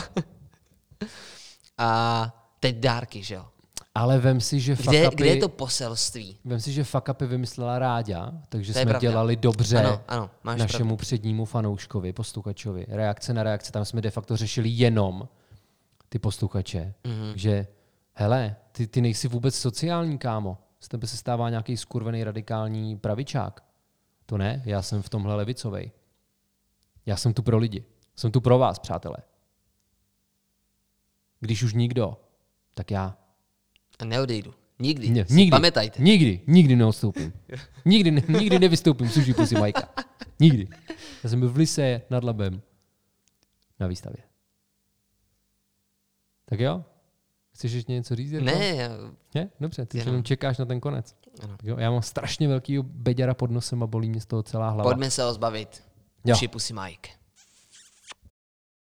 S1: A teď dárky, že jo?
S2: Ale vem si, že fuck
S1: Kde,
S2: upy,
S1: kde je to poselství?
S2: vem si, že fuck upy vymyslela Ráďa, takže
S1: To je
S2: jsme
S1: pravda.
S2: dělali dobře
S1: Ano, ano, máš
S2: našemu
S1: pravdu.
S2: přednímu fanouškovi, posluchačovi. Reakce na reakce, tam jsme de facto řešili jenom ty posluchače. Mm-hmm. Takže, hele, ty, ty nejsi vůbec sociální, kámo. Z tebe se stává nějaký skurvený radikální pravičák. To ne, já jsem v tomhle levicovej. Já jsem tu pro lidi. Jsem tu pro vás, přátelé. Když už nikdo, tak já.
S1: A neodejdu. Nikdy.
S2: Ne,
S1: Si
S2: nikdy.
S1: Pamětajte.
S2: Nikdy, nikdy neodstoupím. Nikdy, ne, nikdy nevystoupím z uší pusy Majka. Nikdy. Já jsem byl v Lise nad Labem na výstavě. Tak jo? Chceš ještě něco říct? Jirko?
S1: Ne, já,
S2: Ne? Dobře, ty
S1: Jenom.
S2: jenom čekáš na ten konec.
S1: ano.
S2: Tak jo? Já mám strašně velký beďara pod nosem a bolí mě z toho celá hlava.
S1: Pojďme se ho zbavit.
S2: Jo.
S1: Uši pusy Mike.